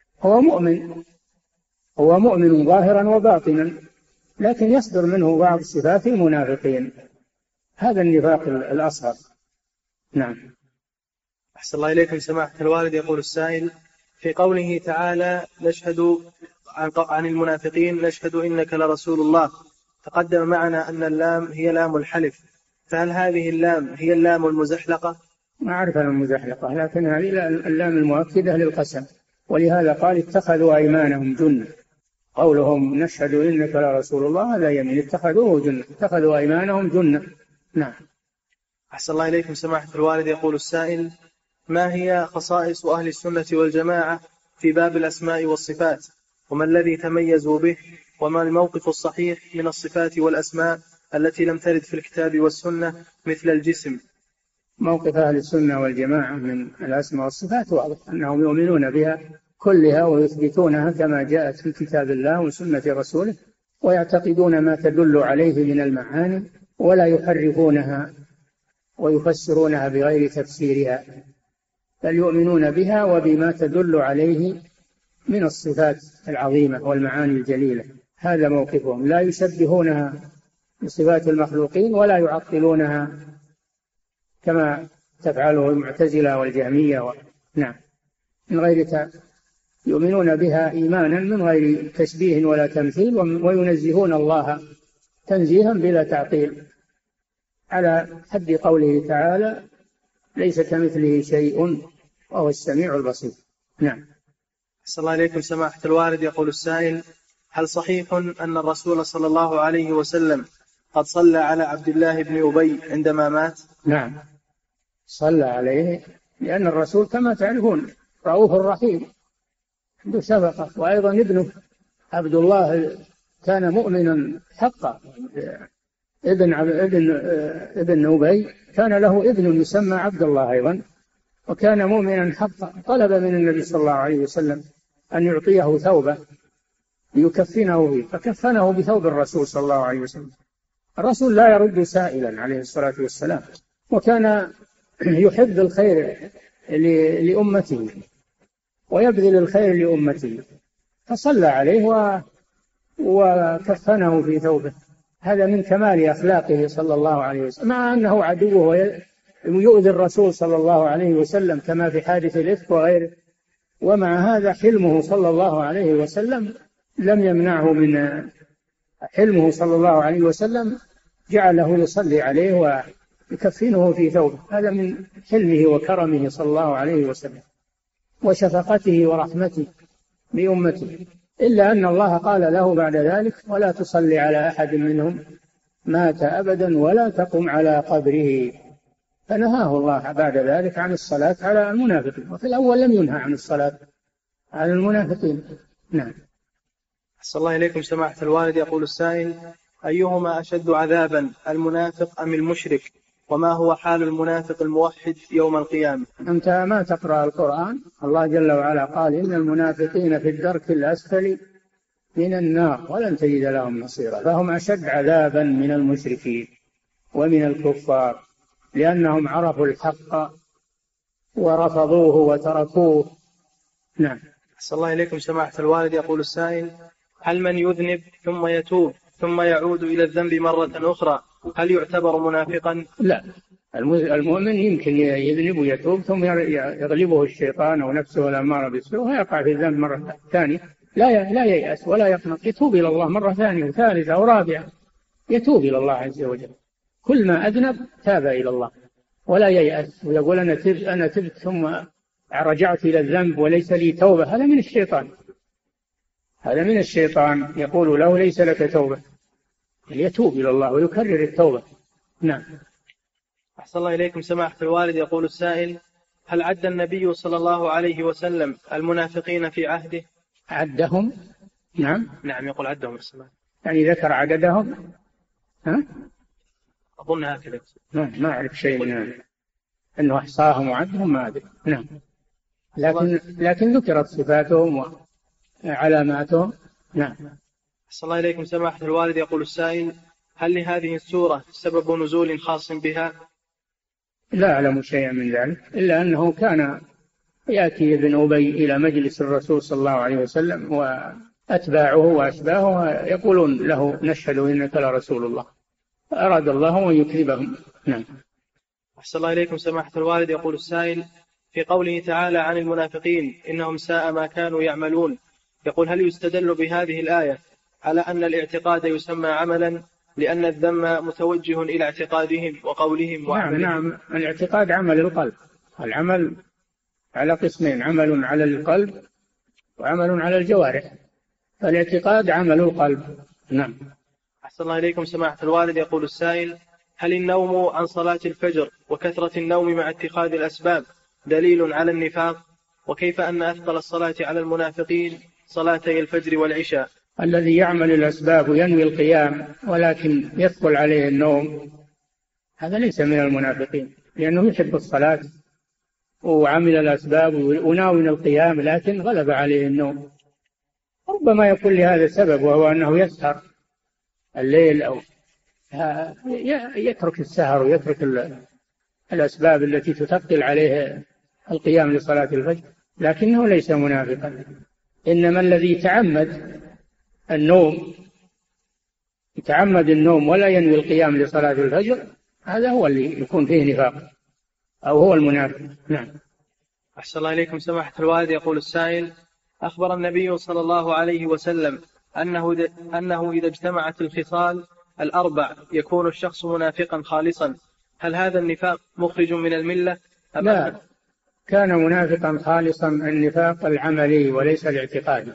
هو مؤمن ظاهرا وباطنا، لكن يصدر منه بعض صفات المنافقين، هذا النفاق الأصغر. نعم. أحسن الله إليكم سماحة الوالد. يقول السائل: في قوله تعالى نشهد عن المنافقين نشهد إنك لرسول الله، تقدم معنا أن اللام هي لام الحلف، فهل هذه اللام هي اللام المزحلقة؟ ما أعرف المزحلقة، لكن هذه اللام المؤكدة للقسم، ولهذا قال اتخذوا أيمانهم جنة. قولهم نشهد إنك لرسول الله هذا يمين، اتخذوه جنة، اتخذوا أيمانهم جنة. نعم. أحسن الله إليكم سماحة الوالد. يقول السائل: ما هي خصائص أهل السنة والجماعة في باب الأسماء والصفات، وما الذي تميزوا به، وما الموقف الصحيح من الصفات والأسماء التي لم ترد في الكتاب والسنة مثل الجسم؟ موقف أهل السنة والجماعة من الأسماء والصفات واضح، أنهم يؤمنون بها كلها ويثبتونها كما جاءت في كتاب الله وسنة رسوله، ويعتقدون ما تدل عليه من المعاني، ولا يحرفونها ويفسرونها بغير تفسيرها، بل يؤمنون بها وبما تدل عليه من الصفات العظيمة والمعاني الجليلة. هذا موقفهم، لا يشبهونها بصفات المخلوقين ولا يعطلونها كما تفعله المعتزلة والجهمية. نعم، من غير يؤمنون بها إيمانا من غير تشبيه ولا تمثيل، وينزهون الله تنزيها بلا تعطيل، على حد قوله تعالى ليس كمثله شيء وهو السميع البصير. نعم. أحسن الله إليكم سماحة الوالد. يقول السائل: هل صحيح أن الرسول صلى الله عليه وسلم قد صلى على عبد الله بن أبي عندما مات؟ نعم، صلى عليه، لأن الرسول كما تعرفون رؤوف رحيم عنده شفقة، وأيضا ابنه عبد الله كان مؤمنا حقا. ابن أبي كان له ابن يسمى عبد الله أيضا، وكان مؤمنا حقا. طلب من النبي صلى الله عليه وسلم أن يعطيه ثوبة ليكفنه به، فكفنه بثوب الرسول صلى الله عليه وسلم. الرسول لا يرد سائلا عليه الصلاة والسلام، وكان يحب الخير لأمته ويبذل الخير لأمته، فصلى عليه وكفنه في ثوبه. هذا من كمال أخلاقه صلى الله عليه وسلم، مع أنه عدوه ويؤذي الرسول صلى الله عليه وسلم كما في حادث الإفك وغيره، ومع هذا حلمه صلى الله عليه وسلم لم يمنعه من حلمه صلى الله عليه وسلم جعله يصلي عليه ويكفنه في ثوبه. هذا من حلمه وكرمه صلى الله عليه وسلم وشفقته ورحمته بأمته، إلا أن الله قال له بعد ذلك ولا تصلي على أحد منهم مات أبدا ولا تقم على قبره، فنهاه الله بعد ذلك عن الصلاة على المنافقين، وفي الأول لم ينهى عن الصلاة على المنافقين. نعم. أحسن الله إليكم سماحة الوالد. يقول السائل: أيهما أشد عذابا، المنافق أم المشرك؟ وما هو حال المنافق الموحد يوم القيامة؟ أنت ما تقرأ القرآن؟ الله جل وعلا قال إن المنافقين في الدرك الأسفل من النار ولن تجد لهم نصيرا، فهم أشد عذابا من المشركين ومن الكفار، لأنهم عرفوا الحق ورفضوه وتركوه. نعم. أحسن الله إليكم سماحة الوالد. يقول السائل: هل من يذنب ثم يتوب ثم يعود إلى الذنب مرة أخرى هل يعتبر منافقا؟ لا، المؤمن يمكن يذنب ويتوب ثم يغلبه الشيطان أو نفسه الأمارة بالسوء ويقع في الذنب مرة ثانية، لا ييأس ولا يقنط، يتوب إلى الله مرة ثانية وثالثة أو رابعة، يتوب إلى الله عز وجل، كل ما أذنب تاب إلى الله ولا ييأس ويقول أنا تبت ثم رجعت إلى الذنب وليس لي توبة. هذا من الشيطان، هذا من الشيطان يقول له ليس لك توبة، يتوب إلى الله ويكرر التوبة. نعم. أحسن الله إليكم سماحة الوالد. يقول السائل: هل عد النبي صلى الله عليه وسلم المنافقين في عهده؟ عدهم؟ نعم يقول عدهم السماحة، يعني ذكر عددهم؟ أظن هكذا. ما أعرف شيء من هذا، أنه أحصاهم وعدهم ما أدري. نعم، لكن ذكرت صفاتهم وعلاماتهم. نعم. أحسن الله إليكم سماحة الوالد. يقول السائل: هل لهذه السورة سبب نزول خاص بها؟ لا أعلم شيئا من ذلك، إلا أنه كان يأتي ابن أبي إلى مجلس الرسول صلى الله عليه وسلم وأتباعه وأشباهه يقولون له نشهد إنك لرسول الله، أراد الله أن يكذبهم. نعم. أحسن الله إليكم سماحة الوالد. يقول السائل: في قوله تعالى عن المنافقين إنهم ساء ما كانوا يعملون، يقول: هل يستدل بهذه الآية على أن الاعتقاد يسمى عملا لأن الذم متوجه إلى اعتقادهم وقولهم وعملهم؟ نعم، الاعتقاد عمل القلب، العمل على قسمين: عمل على القلب وعمل على الجوارح، فالاعتقاد عمل القلب. نعم. أحسن الله إليكم سماحة الوالد. يقول السائل: هل النوم عن صلاة الفجر وكثرة النوم مع اتخاذ الأسباب دليل على النفاق؟ وكيف أن أثقل الصلاة على المنافقين صلاتي الفجر والعشاء؟ الذي يعمل الأسباب وينوي القيام ولكن يثقل عليه النوم هذا ليس من المنافقين، لأنه يحب الصلاة وعمل الأسباب وناوي القيام لكن غلب عليه النوم. ربما يكون لهذا سبب، وهو أنه يسهر الليل أو يترك السهر ويترك الأسباب التي تثقل عليه القيام لصلاة الفجر، لكنه ليس منافقا. إنما الذي يتعمد النوم ولا ينوي القيام لصلاة الفجر هذا هو اللي يكون فيه نفاق أو هو المنافق. نعم. أحسن الله إليكم سماحة الوالد. يقول السائل: أخبر النبي صلى الله عليه وسلم أنه إذا اجتمعت الخصال الأربع يكون الشخص منافقا خالصا، هل هذا النفاق مخرج من الملة؟ لا، كان منافقا خالصا النفاق العملي وليس الاعتقادي.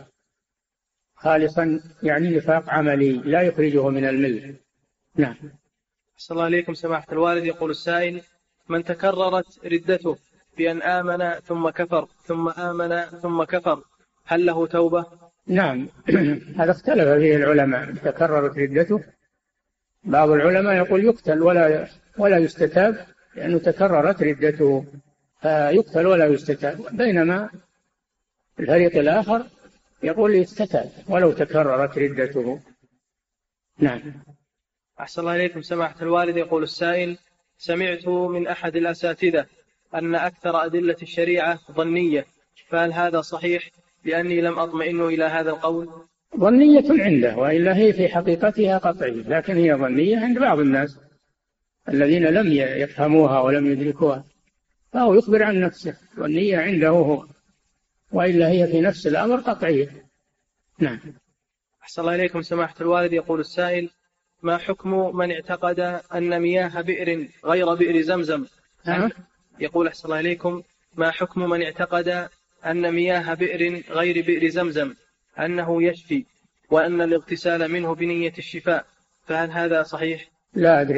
خالصا يعني نفاق عملي لا يخرجه من الملة. نعم. أحسن الله إليكم سماحة الوالد. يقول السائل: من تكررت ردته بأن آمن ثم كفر ثم آمن ثم كفر هل له توبة؟ نعم. هذا اختلف فيه العلماء. تكررت ردته، بعض العلماء يقول يقتل ولا يستتاب لأنه تكررت ردته فيقتل ولا يستتاب، بينما الفريق الآخر يقول يستتاب ولو تكررت ردته. نعم. أحسن الله إليكم سماحة الوالد. يقول السائل: سمعت من أحد الأساتذة أن أكثر أدلة الشريعة ظنية، فهل هذا صحيح؟ لأني لم أطمئن إلى هذا القول. ظنية عنده، وإلا هي في حقيقتها قطعية، لكن هي ظنية عند بعض الناس الذين لم يفهموها ولم يدركوها، فهو يخبر عن نفسه، ظنية عنده هو، وإلا هي في نفس الأمر قطعية. نعم. أحسن الله إليكم سماحة الوالد. يقول السائل: ما حكم من اعتقد أن مياه بئر غير بئر زمزم؟ يقول أحسن الله إليكم: ما حكم من اعتقد أن مياه بئر غير بئر زمزم أنه يشفي وأن الاغتسال منه بنية الشفاء، فهل هذا صحيح؟ لا أدري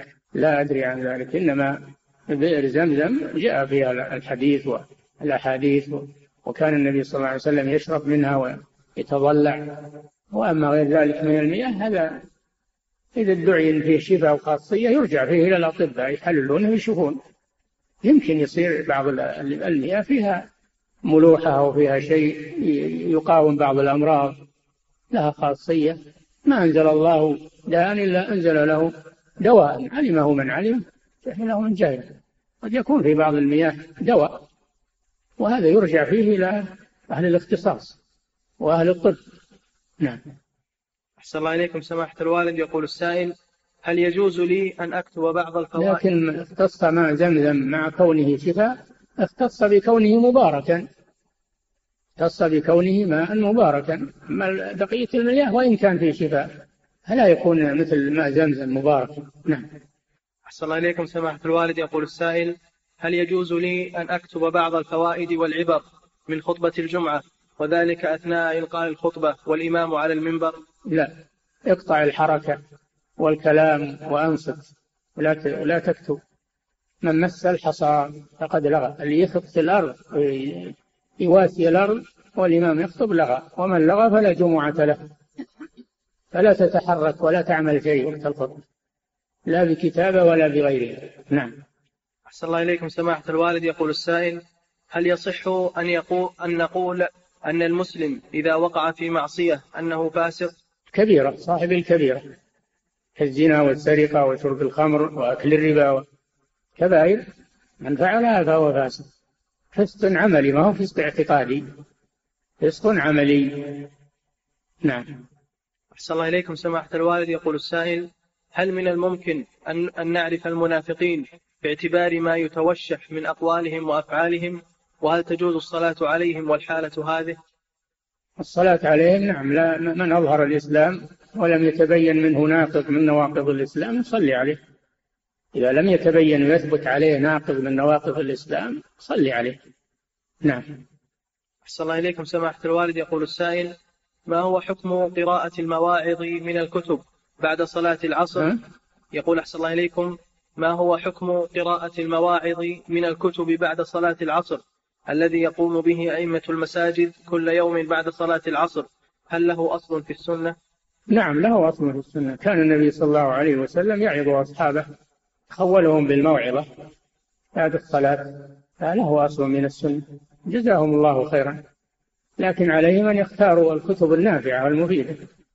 عن ذلك، إنما بئر زمزم جاء فيها الحديث والأحاديث، وكان النبي صلى الله عليه وسلم يشرب منها ويتضلع. وأما غير ذلك من المياه هذا إذا ادعي فيه شفاء وخاصية يرجع فيه إلى الأطباء يحللونه ويشوفون، يمكن يصير بعض المياه فيها ملوحة وفيها شيء يقاوم بعض الأمراض، لها خاصية. ما أنزل الله داء إلا أنزل له دواء، علمه من علم جهله من جهل. قد يكون في بعض المياه دواء، وهذا يرجع فيه إلى أهل الاختصاص وأهل الطب. نعم. أحسن الله إليكم سماحة الوالد. يقول السائل: هل يجوز لي أن أكتب بعض الفوائد؟ لكن اختص ماء زمزم مع كونه شفاء، اختص بكونه مباركا، اختص بكونه ماء مباركا. أما بقية المياه وإن كان فيه شفاء فلا يكون مثل ماء زمزم مباركا. نعم. أحسن الله إليكم سماحة الوالد. يقول السائل: هل يجوز لي أن أكتب بعض الفوائد والعبر من خطبة الجمعة وذلك أثناء إلقاء الخطبة والإمام على المنبر؟ لا، اقطع الحركة والكلام وأنصت ولا تكتب. من مس الحصى فقد لغى. اللي يخط في الأرض يواسي الأرض والإمام يخطب لغى، ومن لغى فلا جمعة له. فلا تتحرك ولا تعمل شيء وقت الخطبة، لا بكتابة ولا بغيرها. نعم. أحسن الله إليكم سماحة الوالد. يقول السائل: هل يصح أن نقول أن المسلم إذا وقع في معصية أنه فاسق؟ كبيرة، صاحب الكبيرة كالزنا والسرقة وشرب الخمر وأكل الربا كبائر، من فعلها فهو فاسق. فسق عملي، ما هو فسق اعتقادي، فسق عملي. نعم. أحسن الله إليكم سماحة الوالد. يقول السائل: هل من الممكن أن نعرف المنافقين باعتبار ما يتوشح من أقوالهم وأفعالهم؟ وهل تجوز الصلاة عليهم والحالة هذه؟ الصلاة عليهم نعم. لا، من أظهر الإسلام ولم يتبين منه ناقض من نواقض الإسلام صلي عليه. إذا لم يتبين ويثبت عليه ناقض من نواقض الإسلام صلي عليه. نعم. أحسن الله إليكم سماحة الوالد. يقول السائل: ما هو حكم قراءة المواعظ من الكتب بعد صلاة العصر؟ يقول: أحسن الله إليكم، ما هو حكم قراءة المواعظ من الكتب بعد صلاة العصر الذي يقوم به أئمة المساجد كل يوم بعد صلاة العصر؟ هل له أصل في السنة؟ نعم، له أصل في السنة. كان النبي صلى الله عليه وسلم يعظ أصحابه، خولهم بالموعظة بعد الصلاة، فله أصل من السنة، جزاهم الله خيرا. لكن عليهم أن يختاروا الكتب النافعة والمفيدة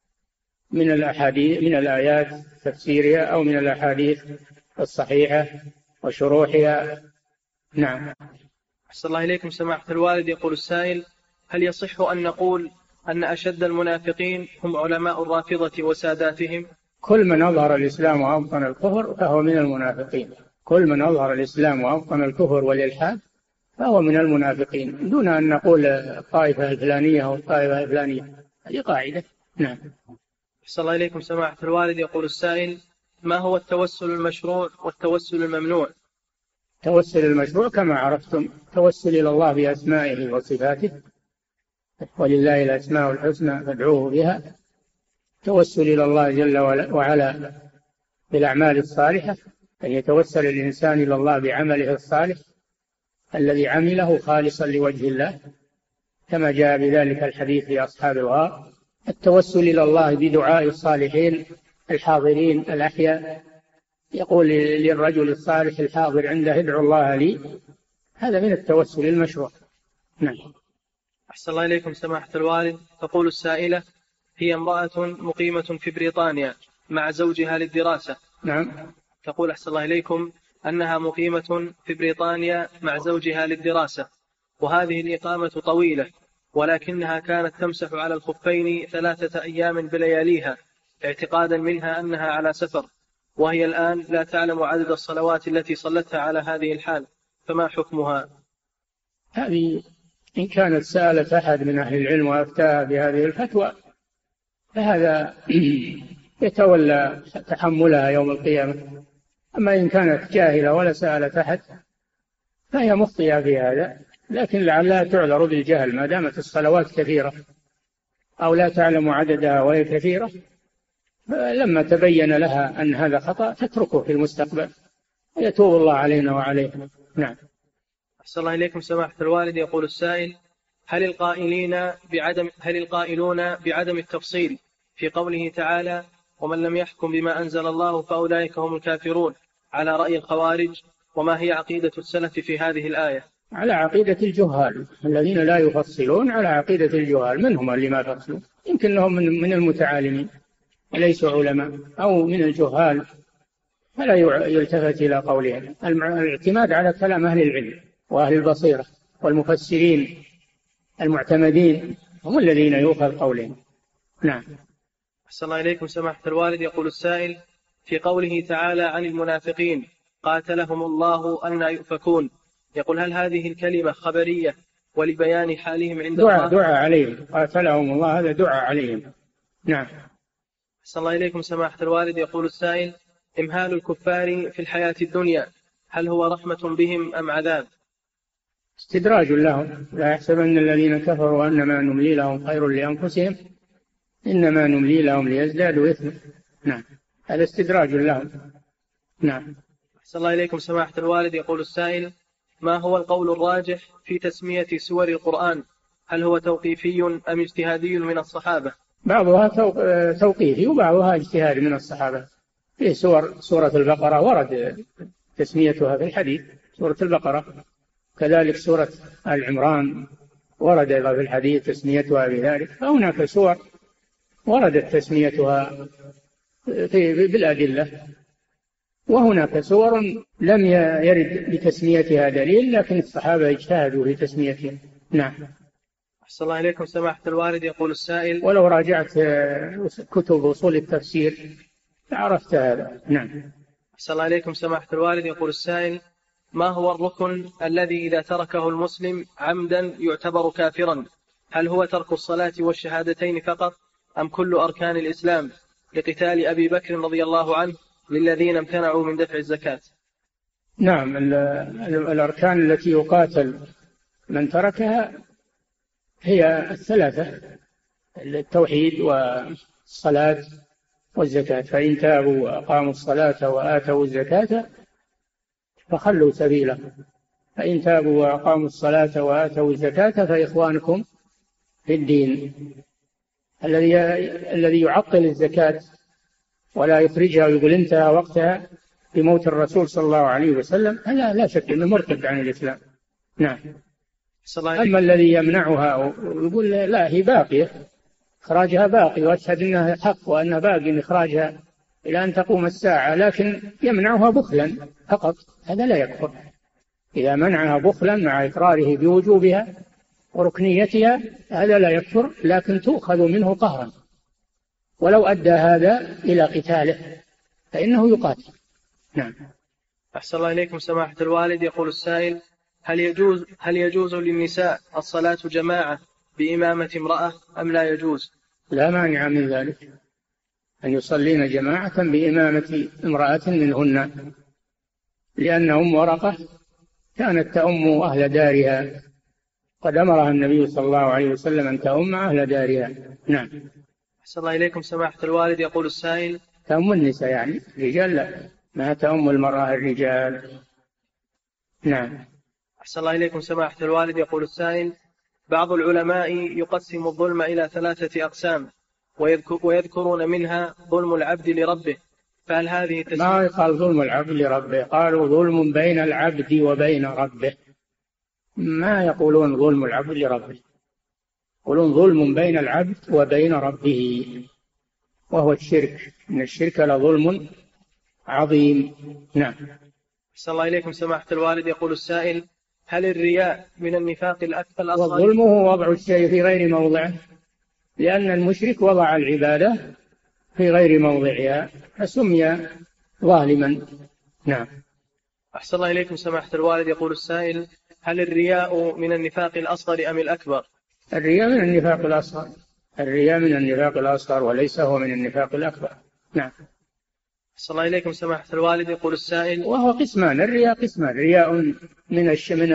من الأحاديث، من الآيات تفسيرها، أو من الأحاديث الصحيحة وشروحها. نعم. أحسن الله إليكم سماحة الوالد. يقول السائل: هل يصح أن نقول أن أشد المنافقين هم علماء الرافضة وساداتهم؟ كل من أظهر الإسلام وأبطن الكفر فهو من المنافقين. كل من أظهر الإسلام وأبطن الكفر والإلحاد فهو من المنافقين، دون أن نقول الطائفة الفلانية أو الطائفة الفلانية. هذه قاعدة. نعم. أحسن الله إليكم سماحة الوالد. يقول السائل: ما هو التوسل المشروع والتوسل الممنوع؟ التوسل المشروع كما عرفتم، توسل إلى الله بأسمائه وصفاته، ولله الأسماء الحسنى فادعوه بها. توسل إلى الله جل وعلا بالأعمال الصالحة، أن يتوسل الإنسان إلى الله بعمله الصالح الذي عمله خالصا لوجه الله، كما جاء بذلك الحديث في أصحاب الغار. التوسل إلى الله بدعاء الصالحين الحاضرين الأحياء، يقول للرجل الصالح الحاضر عنده: ادعو الله لي. هذا من التوسل المشروع. نعم. أحسن الله إليكم سماحة الوالد. تقول السائلة: هي امرأة مقيمة في بريطانيا مع زوجها للدراسة. نعم. تقول: أحسن الله إليكم، أنها مقيمة في بريطانيا مع زوجها للدراسة، وهذه الإقامة طويلة، ولكنها كانت تمسح على الخفين 3 أيام بلياليها اعتقادا منها أنها على سفر، وهي الآن لا تعلم عدد الصلوات التي صلتها على هذه الحال، فما حكمها؟ هذه إن كانت سألت أحد من أهل العلم وأفتاها بهذه الفتوى فهذا يتولى تحملها يوم القيامة. أما إن كانت جاهلة ولا سألت أحد فهي مخطئة في هذا، لكن لعلها تعذر بالجهل ما دامت الصلوات كثيرة، أو لا تعلم عددها وهي كثيرة، لما تبين لها أن هذا خطأ تتركه في المستقبل، يتوب الله علينا وعليها. نعم. أحسن الله إليكم سماحة الوالد. يقول السائل: هل القائلون بعدم التفصيل في قوله تعالى: ومن لم يحكم بما أنزل الله فأولئك هم الكافرون، على رأي الخوارج؟ وما هي عقيدة السلف في هذه الآية؟ على عقيدة الجهال الذين لا يفصلون، على عقيدة الجهال. من هم اللي ما يفصلون؟ يمكن لهم من المتعالمين وليسوا علماء، أو من الجهال فلا يلتفت إلى قولهم. الاعتماد على كلام أهل العلم وأهل البصيرة والمفسرين المعتمدين هم الذين يؤخذ قولهم. نعم. أحسن الله إليكم سماحة الوالد. يقول السائل: في قوله تعالى عن المنافقين قاتلهم الله أنى يؤفكون، يقول: هل هذه الكلمة خبرية ولبيان حالهم عند الله؟ دعاء عليهم، قاتلهم الله، هذا دعاء عليهم. نعم. أحسن الله إليكم سماحة الوالد. يقول السائل: إمهال الكفار في الحياة الدنيا هل هو رحمة بهم أم عذاب؟ استدراج لهم، لا يحسبن الذين كفروا أنما نملي لهم خير لأنفسهم إنما نملي لهم ليزدادوا إثما. نعم، هذا استدراج لهم. نعم. أحسن الله إليكم سماحة الوالد. يقول السائل: ما هو القول الراجح في تسمية سور القرآن؟ هل هو توقيفي أم اجتهادي من الصحابة؟ بعضها توقيفي وبعضها اجتهاد من الصحابة. في سورة البقرة ورد تسميتها في الحديث، سورة البقرة، كذلك سورة آل عمران ورد أيضا في الحديث تسميتها بذلك. فهناك سور وردت تسميتها بالأدلة، وهناك سور لم يرد بتسميتها دليل، لكن الصحابة اجتهدوا في تسميتها. نعم. أحسن الله إليكم سماحة الوالد. يقول السائل: ولو راجعت كتب أصول التفسير عرفت هذا. نعم. أحسن الله إليكم سماحة الوالد. يقول السائل: ما هو الركن الذي إذا تركه المسلم عمدا يعتبر كافرا؟ هل هو ترك الصلاة والشهادتين فقط أم كل أركان الإسلام، لقتال أبي بكر رضي الله عنه للذين امتنعوا من دفع الزكاة؟ نعم، الأركان التي يقاتل من تركها هي الثلاثة: التوحيد والصلاة والزكاة. فإن تابوا وأقاموا الصلاة وآتوا الزكاة فخلوا سبيله. فإن تابوا وأقاموا الصلاة وآتوا الزكاة فإخوانكم في الدين. الذي يعطل الزكاة ولا يخرجها ويقول انتهى وقتها بموت الرسول صلى الله عليه وسلم هذا لا شك أنه مرتد عن الإسلام. نعم. أما الذي يمنعها ويقول لا هي باقية، إخراجها باقي، وأشهد أنها حق وأنها باقي إخراجها إلى أن تقوم الساعة، لكن يمنعها بخلا فقط، هذا لا يكفر. إذا منعها بخلا مع إقراره بوجوبها وركنيتها هذا لا يكفر، لكن تؤخذ منه قهرا، ولو أدى هذا إلى قتاله فإنه يقاتل. نعم. أحسن الله إليكم سماحة الوالد. يقول السائل: هل يجوز للنساء الصلاة جماعة بإمامة امرأة أم لا يجوز؟ لا مانع من ذلك، أن يصلين جماعة بإمامة امرأة منهن، لأن أم ورقة كانت تؤم أهل دارها، قد أمرها النبي صلى الله عليه وسلم أن تؤم أهل دارها. نعم. أحسن الله إليكم سماحة الوالد. يقول السائل: تؤم النساء يعني الرجال لا، ما تؤم المرأة الرجال. نعم. أحسن الله إليكم سماحة الوالد. يقول السائل: بعض العلماء يقسم الظلم إلى 3 أقسام ويذكرون منها ظلم العبد لربه، فهل هذه ما يقال ظلم العبد لربه، قالوا ظلم بين العبد وبين ربه، ما يقولون ظلم العبد لربه، يقولون ظلم بين العبد وبين ربه، وهو الشرك، إن الشرك لظلم عظيم. نعم. أحسن الله إليكم سماحة الوالد. يقول السائل: هل الرياء من النفاق الأصغر؟ والظلم هو وضع الشيء في غير موضعه، لأن المشرك وضع العبادة في غير موضعها فسمي ظالما. نعم. أحسن الله إليكم سماحة الوالد. يقول السائل: هل الرياء من النفاق الأصغر أم الأكبر؟ الرياء من النفاق الأصغر، الرياء من النفاق الأصغر وليس هو من النفاق الأكبر. نعم. أحسن الله إليكم سماحة الوالد. يقول السائل: وهو قسمان، الرياء قسمان: رياء من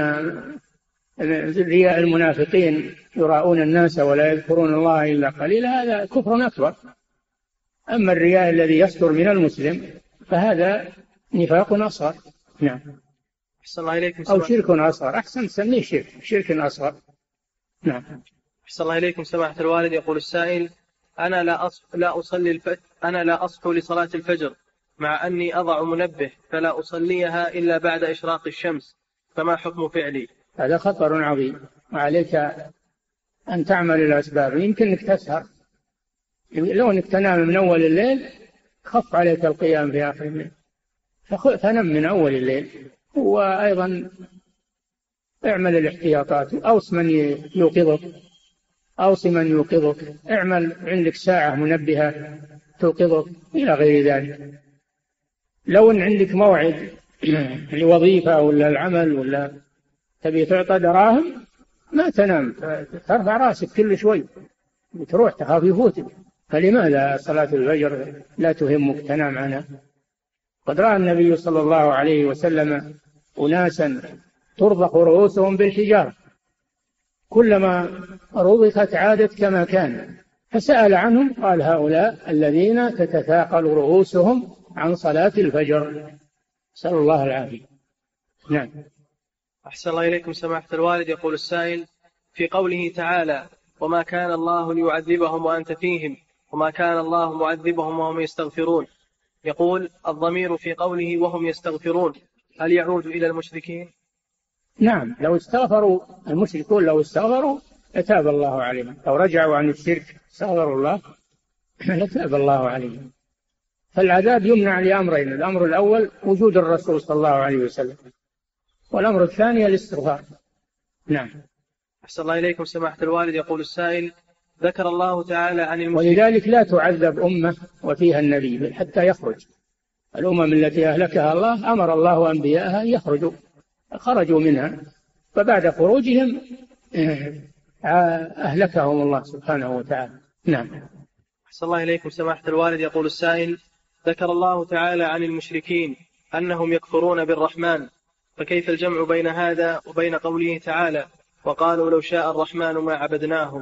رياء المنافقين يراؤون الناس ولا يذكرون الله إلا قليلا، هذا كفر أكبر. أما الرياء الذي يصدر من المسلم فهذا نفاق أصغر. نعم. أحسن الله إليكم أو شرك أصغر، أحسن تسميه شرك أصغر. نعم. أحسن الله إليكم سماحة الوالد. يقول السائل: أنا لا أصحو لصلاة الفجر مع أني أضع منبه فلا أصليها إلا بعد إشراق الشمس، فما حكم فعلي؟ هذا خطر عظيم، وعليك أن تعمل الأسباب. يمكن أنك تسهر، لو أنك تنام من أول الليل خف عليك القيام في آخر الليل، فنم من أول الليل. وأيضا اعمل الاحتياطات، أوص من يوقظك أوص من يوقظك، اعمل عندك ساعة منبهة توقظك، إلى غير ذلك. لو أن عندك موعد لوظيفة ولا العمل ولا تبي تعطى دراهم ما تنام، ترفع راسك كل شوي وتروح تخاف يفوتك. فلماذا صلاة الفجر لا تهمك تنام عنها؟ قد رأى النبي صلى الله عليه وسلم أناسا ترضخ رؤوسهم بالحجارة، كلما رضخت عادت كما كان، فسأل عنهم قال هؤلاء الذين تتثاقل رؤوسهم عن صلاة الفجر، نسأل الله العافية. نعم. أحسن الله إليكم سماحة الوالد. يقول السائل: في قوله تعالى: وما كان الله ليعذبهم وأنت فيهم وما كان الله معذبهم وهم يستغفرون، يقول الضمير في قوله وهم يستغفرون هل يعود إلى المشركين؟ نعم، لو استغفروا المشركون لو استغفروا لتاب الله عليهم، لو رجعوا عن الشرك استغفروا الله لتاب الله عليهم. فالعذاب يمنع لأمرين: الأمر الأول وجود الرسول صلى الله عليه وسلم، والأمر الثاني الاستغفار. نعم. أحسن الله إليكم سماحة الوالد. يقول السائل: ذكر الله تعالى عن المشركين، ولذلك لا تعذب أمة وفيها النبي حتى يخرج. الأمم التي أهلكها الله أمر الله أنبياءها أن يخرجوا، خرجوا منها، فبعد خروجهم أهلكهم الله سبحانه وتعالى. نعم. أحسن الله إليكم سماحة الوالد. يقول السائل: ذكر الله تعالى عن المشركين أنهم يكفرون بالرحمن، فكيف الجمع بين هذا وبين قوله تعالى: وقالوا لو شاء الرحمن ما عبدناهم؟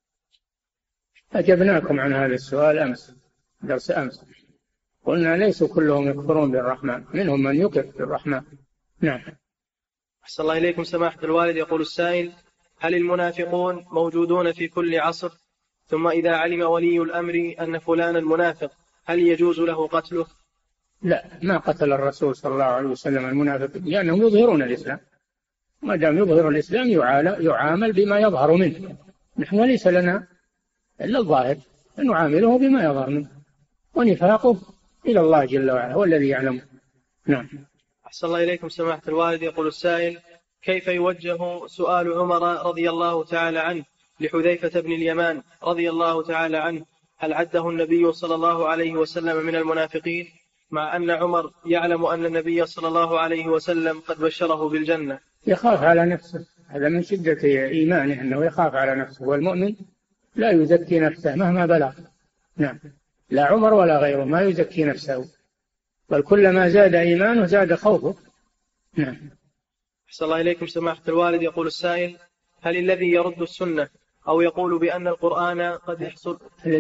أجبناكم عن هذا السؤال أمس، درس أمس، قلنا ليسوا كلهم يكفرون بالرحمن، منهم من يكفر بالرحمن. نعم. أحسن الله إليكم سماحة الوالد. يقول السائل: هل المنافقون موجودون في كل عصر؟ ثم إذا علم ولي الأمر أن فلانا المنافق هل يجوز له قتله؟ لا، ما قتل الرسول صلى الله عليه وسلم المنافقين، لأنهم يظهرون الإسلام، ما دام يظهر الإسلام يعامل بما يظهر منه. نحن ليس لنا إلا الظاهر، نعامله بما يظهر منه، ونفاقه إلى الله جل وعلا هو الذي يعلم. نعم. أحسن الله إليكم سماحة الوالد. يقول السائل: كيف يوجه سؤال عمر رضي الله تعالى عنه لحذيفة بن اليمان رضي الله تعالى عنه هل عده النبي صلى الله عليه وسلم من المنافقين، مع أن عمر يعلم أن النبي صلى الله عليه وسلم قد بشره بالجنة؟ يخاف على نفسه، هذا من شدة إيمانه أنه يخاف على نفسه، والمؤمن لا يزكي نفسه مهما بلغ. نعم، لا عمر ولا غيره ما يزكي نفسه، بل كلما زاد إيمانه زاد خوفه. نعم. أحسن الله إليكم سماحة الوالد. يقول السائل: هل الذي يرد السنة أو يقول بأن القرآن قد يحصل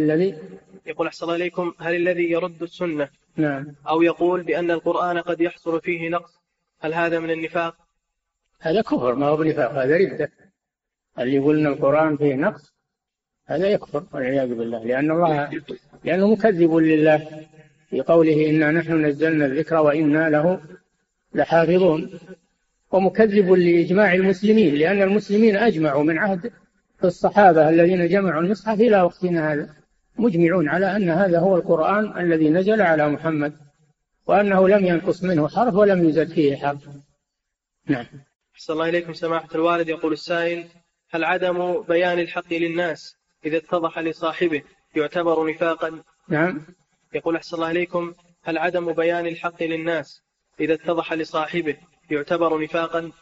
يقول أحسن الله إليكم: هل الذي يرد السنة نعم أو يقول بأن القرآن قد يحصل فيه نقص هل هذا من النفاق؟ هذا كفر، ما هو بنفاق، هذا ردة. اللي يقول أن القرآن فيه نقص هذا يكفر والعياذ بالله، لأنه مكذب لله في قوله إنا نحن نزلنا الذكر وإنا له لحافظون، ومكذب لإجماع المسلمين، لأن المسلمين أجمعوا من عهد الصحابة الذين جمعوا المصحف إلى وقتنا هذا، مجمعون على أن هذا هو القرآن الذي نزل على محمد، وأنه لم ينقص منه حرف ولم يزد فيه حرف. نعم. أحسن الله إليكم سماحة الوالد. يقول السائل: هل عدم بيان الحق للناس إذا اتضح لصاحبه يعتبر نفاقا؟ نعم. يقول أحسن الله إليكم: هل عدم بيان الحق للناس إذا اتضح لصاحبه يعتبر نفاقا؟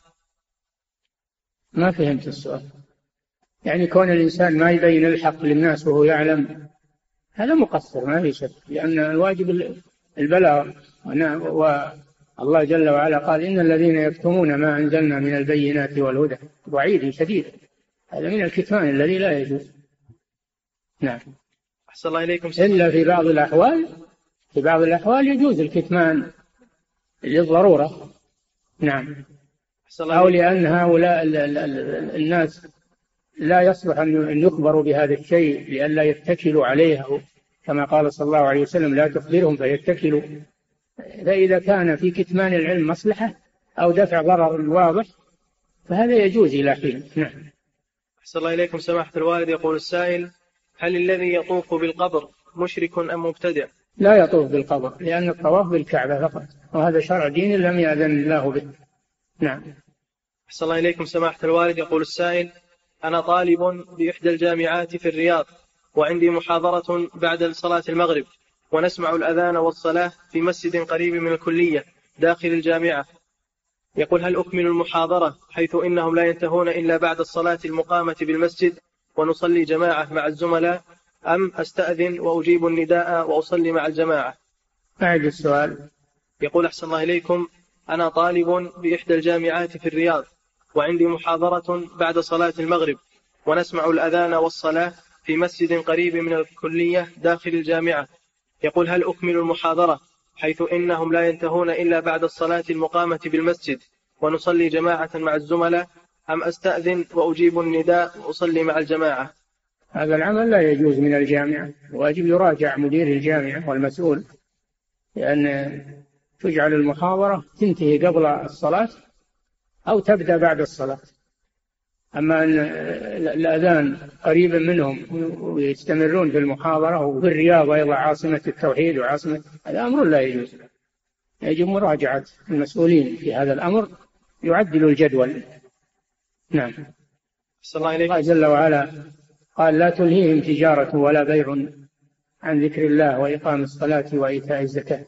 ما فهمت السؤال. يعني كون الإنسان ما يبين الحق للناس وهو يعلم هذا مقصر ما في شك، لأن الواجب البلاغ، والله جل وعلا قال إن الذين يكتمون ما أنزلنا من البينات والهدى وعيد شديد، هذا من الكتمان الذي لا يجوز. نعم. أحسن الله إليكم. إلا في بعض الأحوال يجوز الكتمان للضرورة. نعم. أو لأن هؤلاء الناس لا يصلح أن يخبروا بهذا الشيء لئلا يتكلوا عليه، كما قال صلى الله عليه وسلم لا تخبرهم فيتكلوا. فإذا كان في كتمان العلم مصلحة أو دفع ضرر واضح فهذا يجوز إلى حين. نعم. أحسن الله إليكم سماحة الوالد. يقول السائل: هل الذي يطوف بالقبر مشرك أم مبتدع؟ لا يطوف بالقبر، لأن الطواف بالكعبة فقط، وهذا شرع دين لم يأذن الله به. نعم. أحسن الله إليكم سماحة الوالد. يقول السائل: أنا طالب بإحدى الجامعات في الرياض، وعندي محاضرة بعد صلاة المغرب، ونسمع الأذان والصلاة في مسجد قريب من الكلية داخل الجامعة. يقول: هل أكمل المحاضرة حيث إنهم لا ينتهون إلا بعد الصلاة المقامة بالمسجد ونصلي جماعة مع الزملاء، أم أستأذن وأجيب النداء وأصلي مع الجماعة؟ أعد السؤال. يقول: أحسن الله إليكم، أنا طالب بإحدى الجامعات في الرياض، وعندي محاضرة بعد صلاة المغرب، ونسمع الأذان والصلاة في مسجد قريب من الكلية داخل الجامعة. يقول: هل أكمل المحاضرة حيث إنهم لا ينتهون إلا بعد الصلاة المقامة بالمسجد ونصلي جماعة مع الزملاء، أم أستأذن وأجيب النداء وأصلي مع الجماعة؟ هذا العمل لا يجوز من الجامعة، واجب يراجع مدير الجامعة والمسؤول، لأن تجعل المحاضرة تنتهي قبل الصلاة أو تبدأ بعد الصلاة. أما أن الأذان قريبا منهم ويستمرون في المحاضرة، وفي الرياض أيضا عاصمة التوحيد وعاصمة، هذا أمر لا يجوز. يجب مراجعة المسؤولين في هذا الأمر، يعدلوا الجدول. نعم. الله جل وعلا قال: لا تلهيهم تجارة ولا بيع عن ذكر الله وإقام الصلاة وإيتاء الزكاة.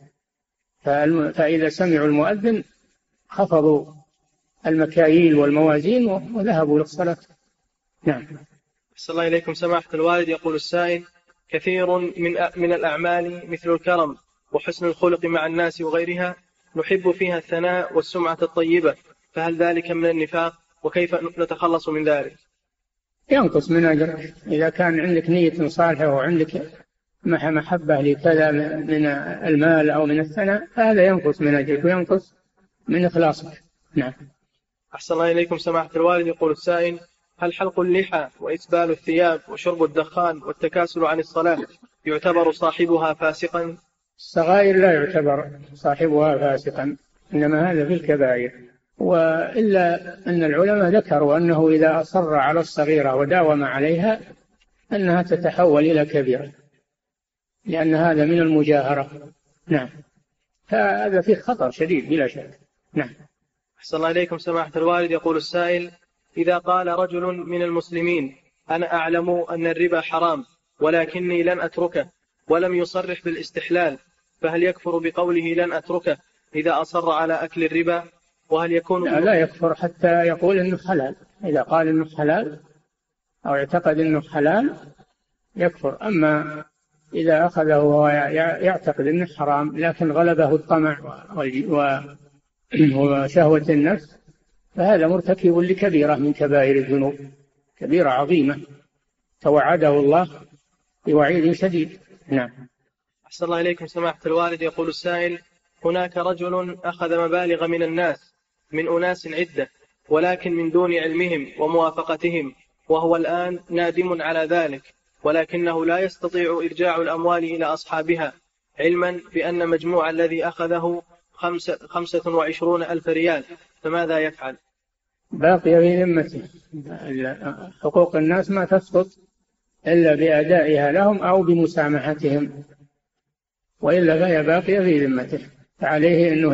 فإذا سمعوا المؤذن خفضوا المكاييل والموازين وذهبوا للصلاة. نعم. أحسن الله إليكم سماحة الوالد. يقول السائل: كثير من الأعمال مثل الكرم وحسن الخلق مع الناس وغيرها نحب فيها الثناء والسمعة الطيبة، فهل ذلك من النفاق؟ وكيف نتخلص من ذلك؟ ينقص من أجرك. إذا كان عندك نية صالحة وعندك محبة لكذا من المال أو من الثناء، فهذا ينقص من أجرك وينقص من إخلاصك. نعم. أحسن الله إليكم سماحة الوالد. يقول السائل: هل حلق اللحى وإسبال الثياب وشرب الدخان والتكاسل عن الصلاة يعتبر صاحبها فاسقا؟ الصغائر لا يعتبر صاحبها فاسقا، إنما هذا في الكبائر. وإلا أن العلماء ذكروا أنه إذا أصر على الصغيرة وداوم عليها أنها تتحول إلى كبيرة، لأن هذا من المجاهرة. نعم. فهذا فيه خطر شديد بلا شك. نعم. أحسن الله إليكم سماحة الوالد. يقول السائل: إذا قال رجل من المسلمين: أنا أعلم أن الربا حرام ولكني لن أتركه، ولم يصرح بالاستحلال، فهل يكفر بقوله لن أتركه إذا أصر على أكل الربا؟ وهل يكون لا يكفر حتى يقول إنه حلال. إذا قال إنه حلال أو اعتقد إنه حلال يكفر. أما إذا أخذه وهو يعتقد إنه حرام لكن غلبه الطمع وشهوة النفس، فهذا مرتكب لكبيرة من كبائر الذنوب، كبيرة عظيمة توعده الله بوعيد شديد. نعم. أحسن الله إليكم سماحة الوالد. يقول السائل: هناك رجل أخذ مبالغ من الناس، من أناس عدة، ولكن من دون علمهم وموافقتهم، وهو الآن نادم على ذلك، ولكنه لا يستطيع إرجاع الأموال إلى أصحابها، علما بأن مجموع الذي أخذه 25,000 ريال، فماذا يفعل؟ باقي في ذمته. حقوق الناس ما تسقط إلا بأدائها لهم أو بمسامحتهم، وإلا فهي باقية في ذمته، فعليه أنه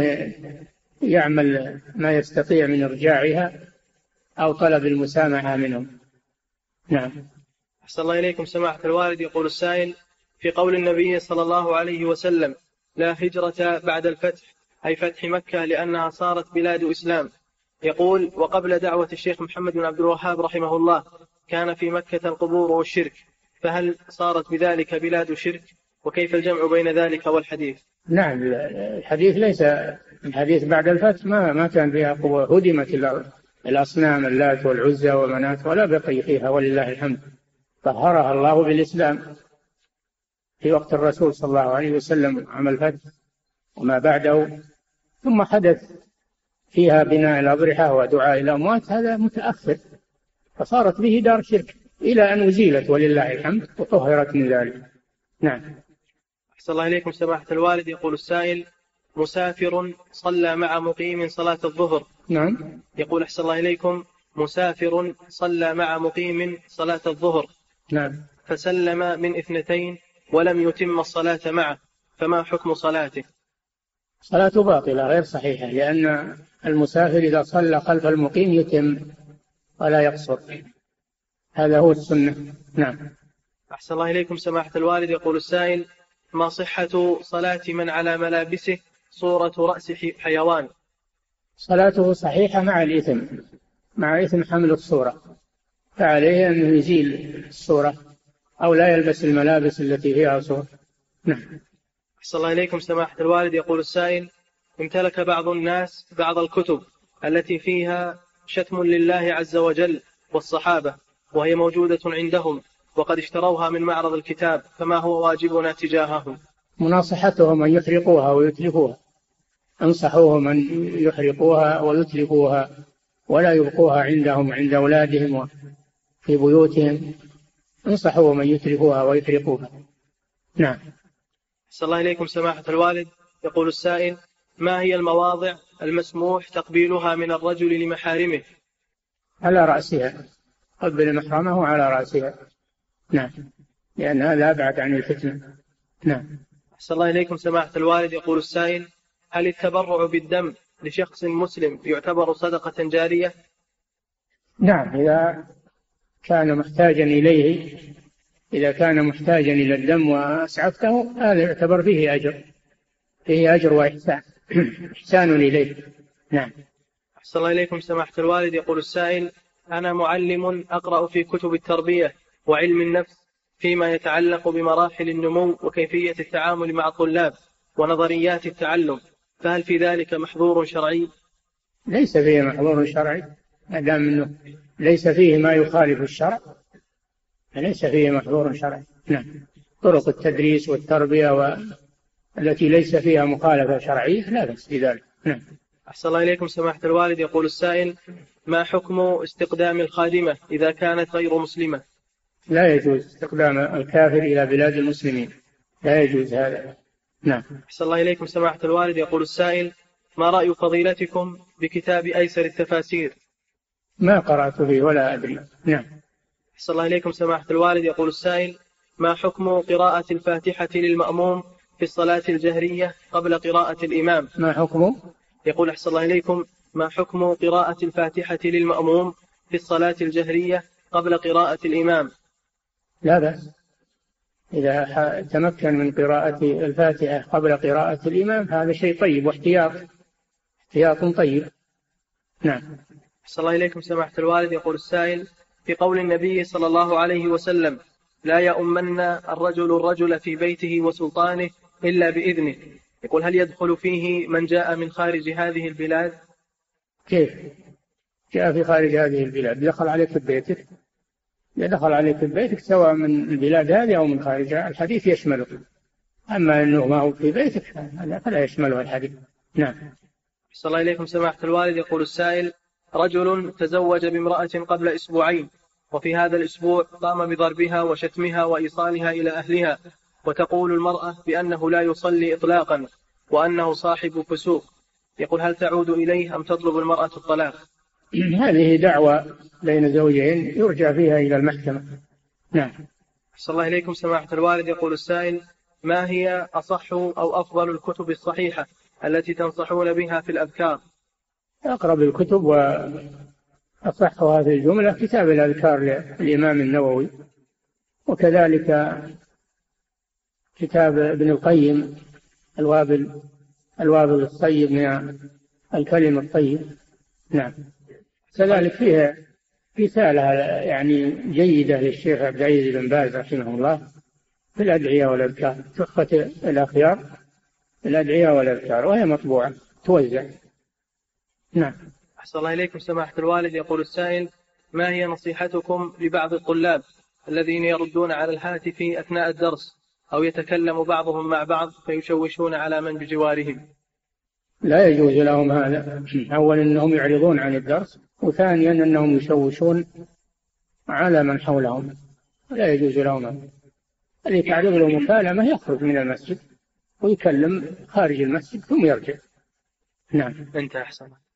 يعمل ما يستطيع من إرجاعها أو طلب المسامحة منهم. نعم. أحسن الله إليكم سماحة الوالد. يقول السائل: في قول النبي صلى الله عليه وسلم: لا هجرة بعد الفتح، أي فتح مكة لأنها صارت بلاد إسلام. يقول: وقبل دعوة الشيخ محمد بن عبد الوهاب رحمه الله كان في مكة القبور والشرك، فهل صارت بذلك بلاد شرك؟ وكيف الجمع بين ذلك والحديث؟ نعم. الحديث ليس الحديث بعد الفتح ما كان فيها قبور، هدمت الأصنام اللات والعزى ومنات ولا بقي فيها ولله الحمد، طهرها الله بالإسلام في وقت الرسول صلى الله عليه وسلم عام الفتح وما بعده، ثم حدث فيها بناء الأضرحة ودعاء الأموات، هذا متأخر، فصارت به دار شرك إلى أن أزيلت ولله الحمد وطهرت من ذلك. نعم. أحسن الله إليكم سماحة الوالد. يقول السائل: مسافر صلى مع مقيم صلاة الظهر. نعم. يقول: أحسن الله إليكم، مسافر صلى مع مقيم صلاة الظهر. نعم. فسلم من 2 ولم يتم الصلاة معه، فما حكم صلاته؟ صلاته باطلة غير صحيحة، لأن المسافر إذا صلى خلف المقيم يتم ولا يقصر. هذا هو السنة. نعم. أحسن الله إليكم سماحة الوالد. يقول السائل: ما صحة صلاة من على ملابسه صورة رأس حيوان؟ صلاته صحيحة مع إثم حمل الصورة، فعليه أنه يزيل الصورة أو لا يلبس الملابس التي فيها صورة. نعم. أحسن الله إليكم سماحة الوالد. يقول السائل: امتلك بعض الناس بعض الكتب التي فيها شتم لله عز وجل والصحابة، وهي موجودة عندهم وقد اشتروها من معرض الكتاب، فما هو واجبنا تجاههم؟ مناصحتهم أن يحرقوها ويتلفوها، انصحوهم أن يحرقوها ويتلفوها ولا يبقوها عندهم عند أولادهم في بيوتهم، انصحوهم أن يتلفوها ويحرقوها. نعم. أحسن الله إليكم سماحة الوالد. يقول السائل: ما هي المواضع المسموح تقبيلها من الرجل لمحارمه؟ على رأسها، قبل محرمه على رأسها. نعم، لأن هذا أبعد عن الفتنة. نعم. أحسن الله إليكم سماحة الوالد. يقول السائل: هل التبرع بالدم لشخص مسلم يعتبر صدقة جارية؟ نعم، إذا كان محتاجا إليه، إذا كان محتاجا إلى الدم وأسعفته، هذا يعتبر فيه أجر، فيه أجر وإحسان، إحسان إليه. نعم. أحسن الله إليكم سماحة الوالد. يقول السائل: أنا معلم أقرأ في كتب التربية وعلم النفس فيما يتعلق بمراحل النمو وكيفية التعامل مع الطلاب ونظريات التعلم، فهل في ذلك محظور شرعي؟ ليس فيه محظور شرعي، ما دام أنه ليس فيه ما يخالف الشرع فليس فيه محظور شرعي. نعم. طرق التدريس والتربية التي ليس فيها مخالفة شرعية لا بأس بذلك. نعم. أحسن الله إليكم سماحة الوالد. يقول السائل: ما حكم استقدام الخادمة إذا كانت غير مسلمة؟ لا يجوز استقدام الكافر إلى بلاد المسلمين، لا يجوز هذا. نعم. أحسن الله إليكم سماحة الوالد. يقول السائل: ما رأي فضيلتكم بكتاب أيسر التفاسير؟ ما قرأت فيه ولا أدري. نعم. أحسن الله إليكم سماحة الوالد. يقول السائل: ما حكم قراءة الفاتحة للمأموم في الصلاة الجهرية قبل قراءة الإمام؟ ما حكمه؟ يقول أحسن الله إليكم: ما حكم قراءة الفاتحة للمأموم في الصلاة الجهرية قبل قراءة الإمام؟ لا بأس، إذا تمكن من قراءة الفاتحة قبل قراءة الإمام هذا شيء طيب واحتياط طيب. نعم. أحسن الله إليكم سماحة الوالد. يقول السائل: في قول النبي صلى الله عليه وسلم: لا يؤمن الرجل في بيته وسلطانه إلا بإذنه، يقول هل يدخل فيه من جاء من خارج هذه البلاد؟ كيف جاء في خارج هذه البلاد؟ دخل عليك ببيتك، دخل عليك ببيتك سواء من البلاد هذه أو من خارجها، الحديث يشمله. أما أنه ما هو في بيتك هذا فلا يشمله الحديث. نعم. أحسن الله إليكم سماحة الوالد. يقول السائل: رجل تزوج بامرأة قبل أسبوعين، وفي هذا الأسبوع قام بضربها وشتمها وإيصالها إلى أهلها، وتقول المرأة بأنه لا يصلي إطلاقا وأنه صاحب فسوق، يقول هل تعود إليه أم تطلب المرأة الطلاق؟ هذه دعوة بين زوجين يرجع فيها إلى المحكمة. نعم. أحسن الله إليكم سماحة الوالد. يقول السائل: ما هي أصح أو أفضل الكتب الصحيحة التي تنصحون بها في الأذكار؟ أقرب الكتب وأصح هذه الجملة كتاب الأذكار للإمام النووي، وكذلك كتاب ابن القيم الوابل الطيب من الكلم الطيب. نعم. كذلك فيها رسالة يعني جيدة للشيخ عبد العزيز بن باز رحمه الله في الأدعية والأذكار، تحفة الأخيار الأدعية والأذكار، وهي مطبوعة توزع. نعم. أحسن الله إليكم سماحة الوالد. يقول السائل: ما هي نصيحتكم لبعض الطلاب الذين يردون على الهاتف أثناء الدرس أو يتكلم بعضهم مع بعض فيشوشون على من بجوارهم؟ لا يجوز لهم هذا، أولا أنهم يعرضون عن الدرس، وثانيا أنهم يشوشون على من حولهم، لا يجوز لهم هذا. اللي تعرض له مكالمة يخرج من المسجد ويكلم خارج المسجد ثم يرجع. نعم. انت أحسن.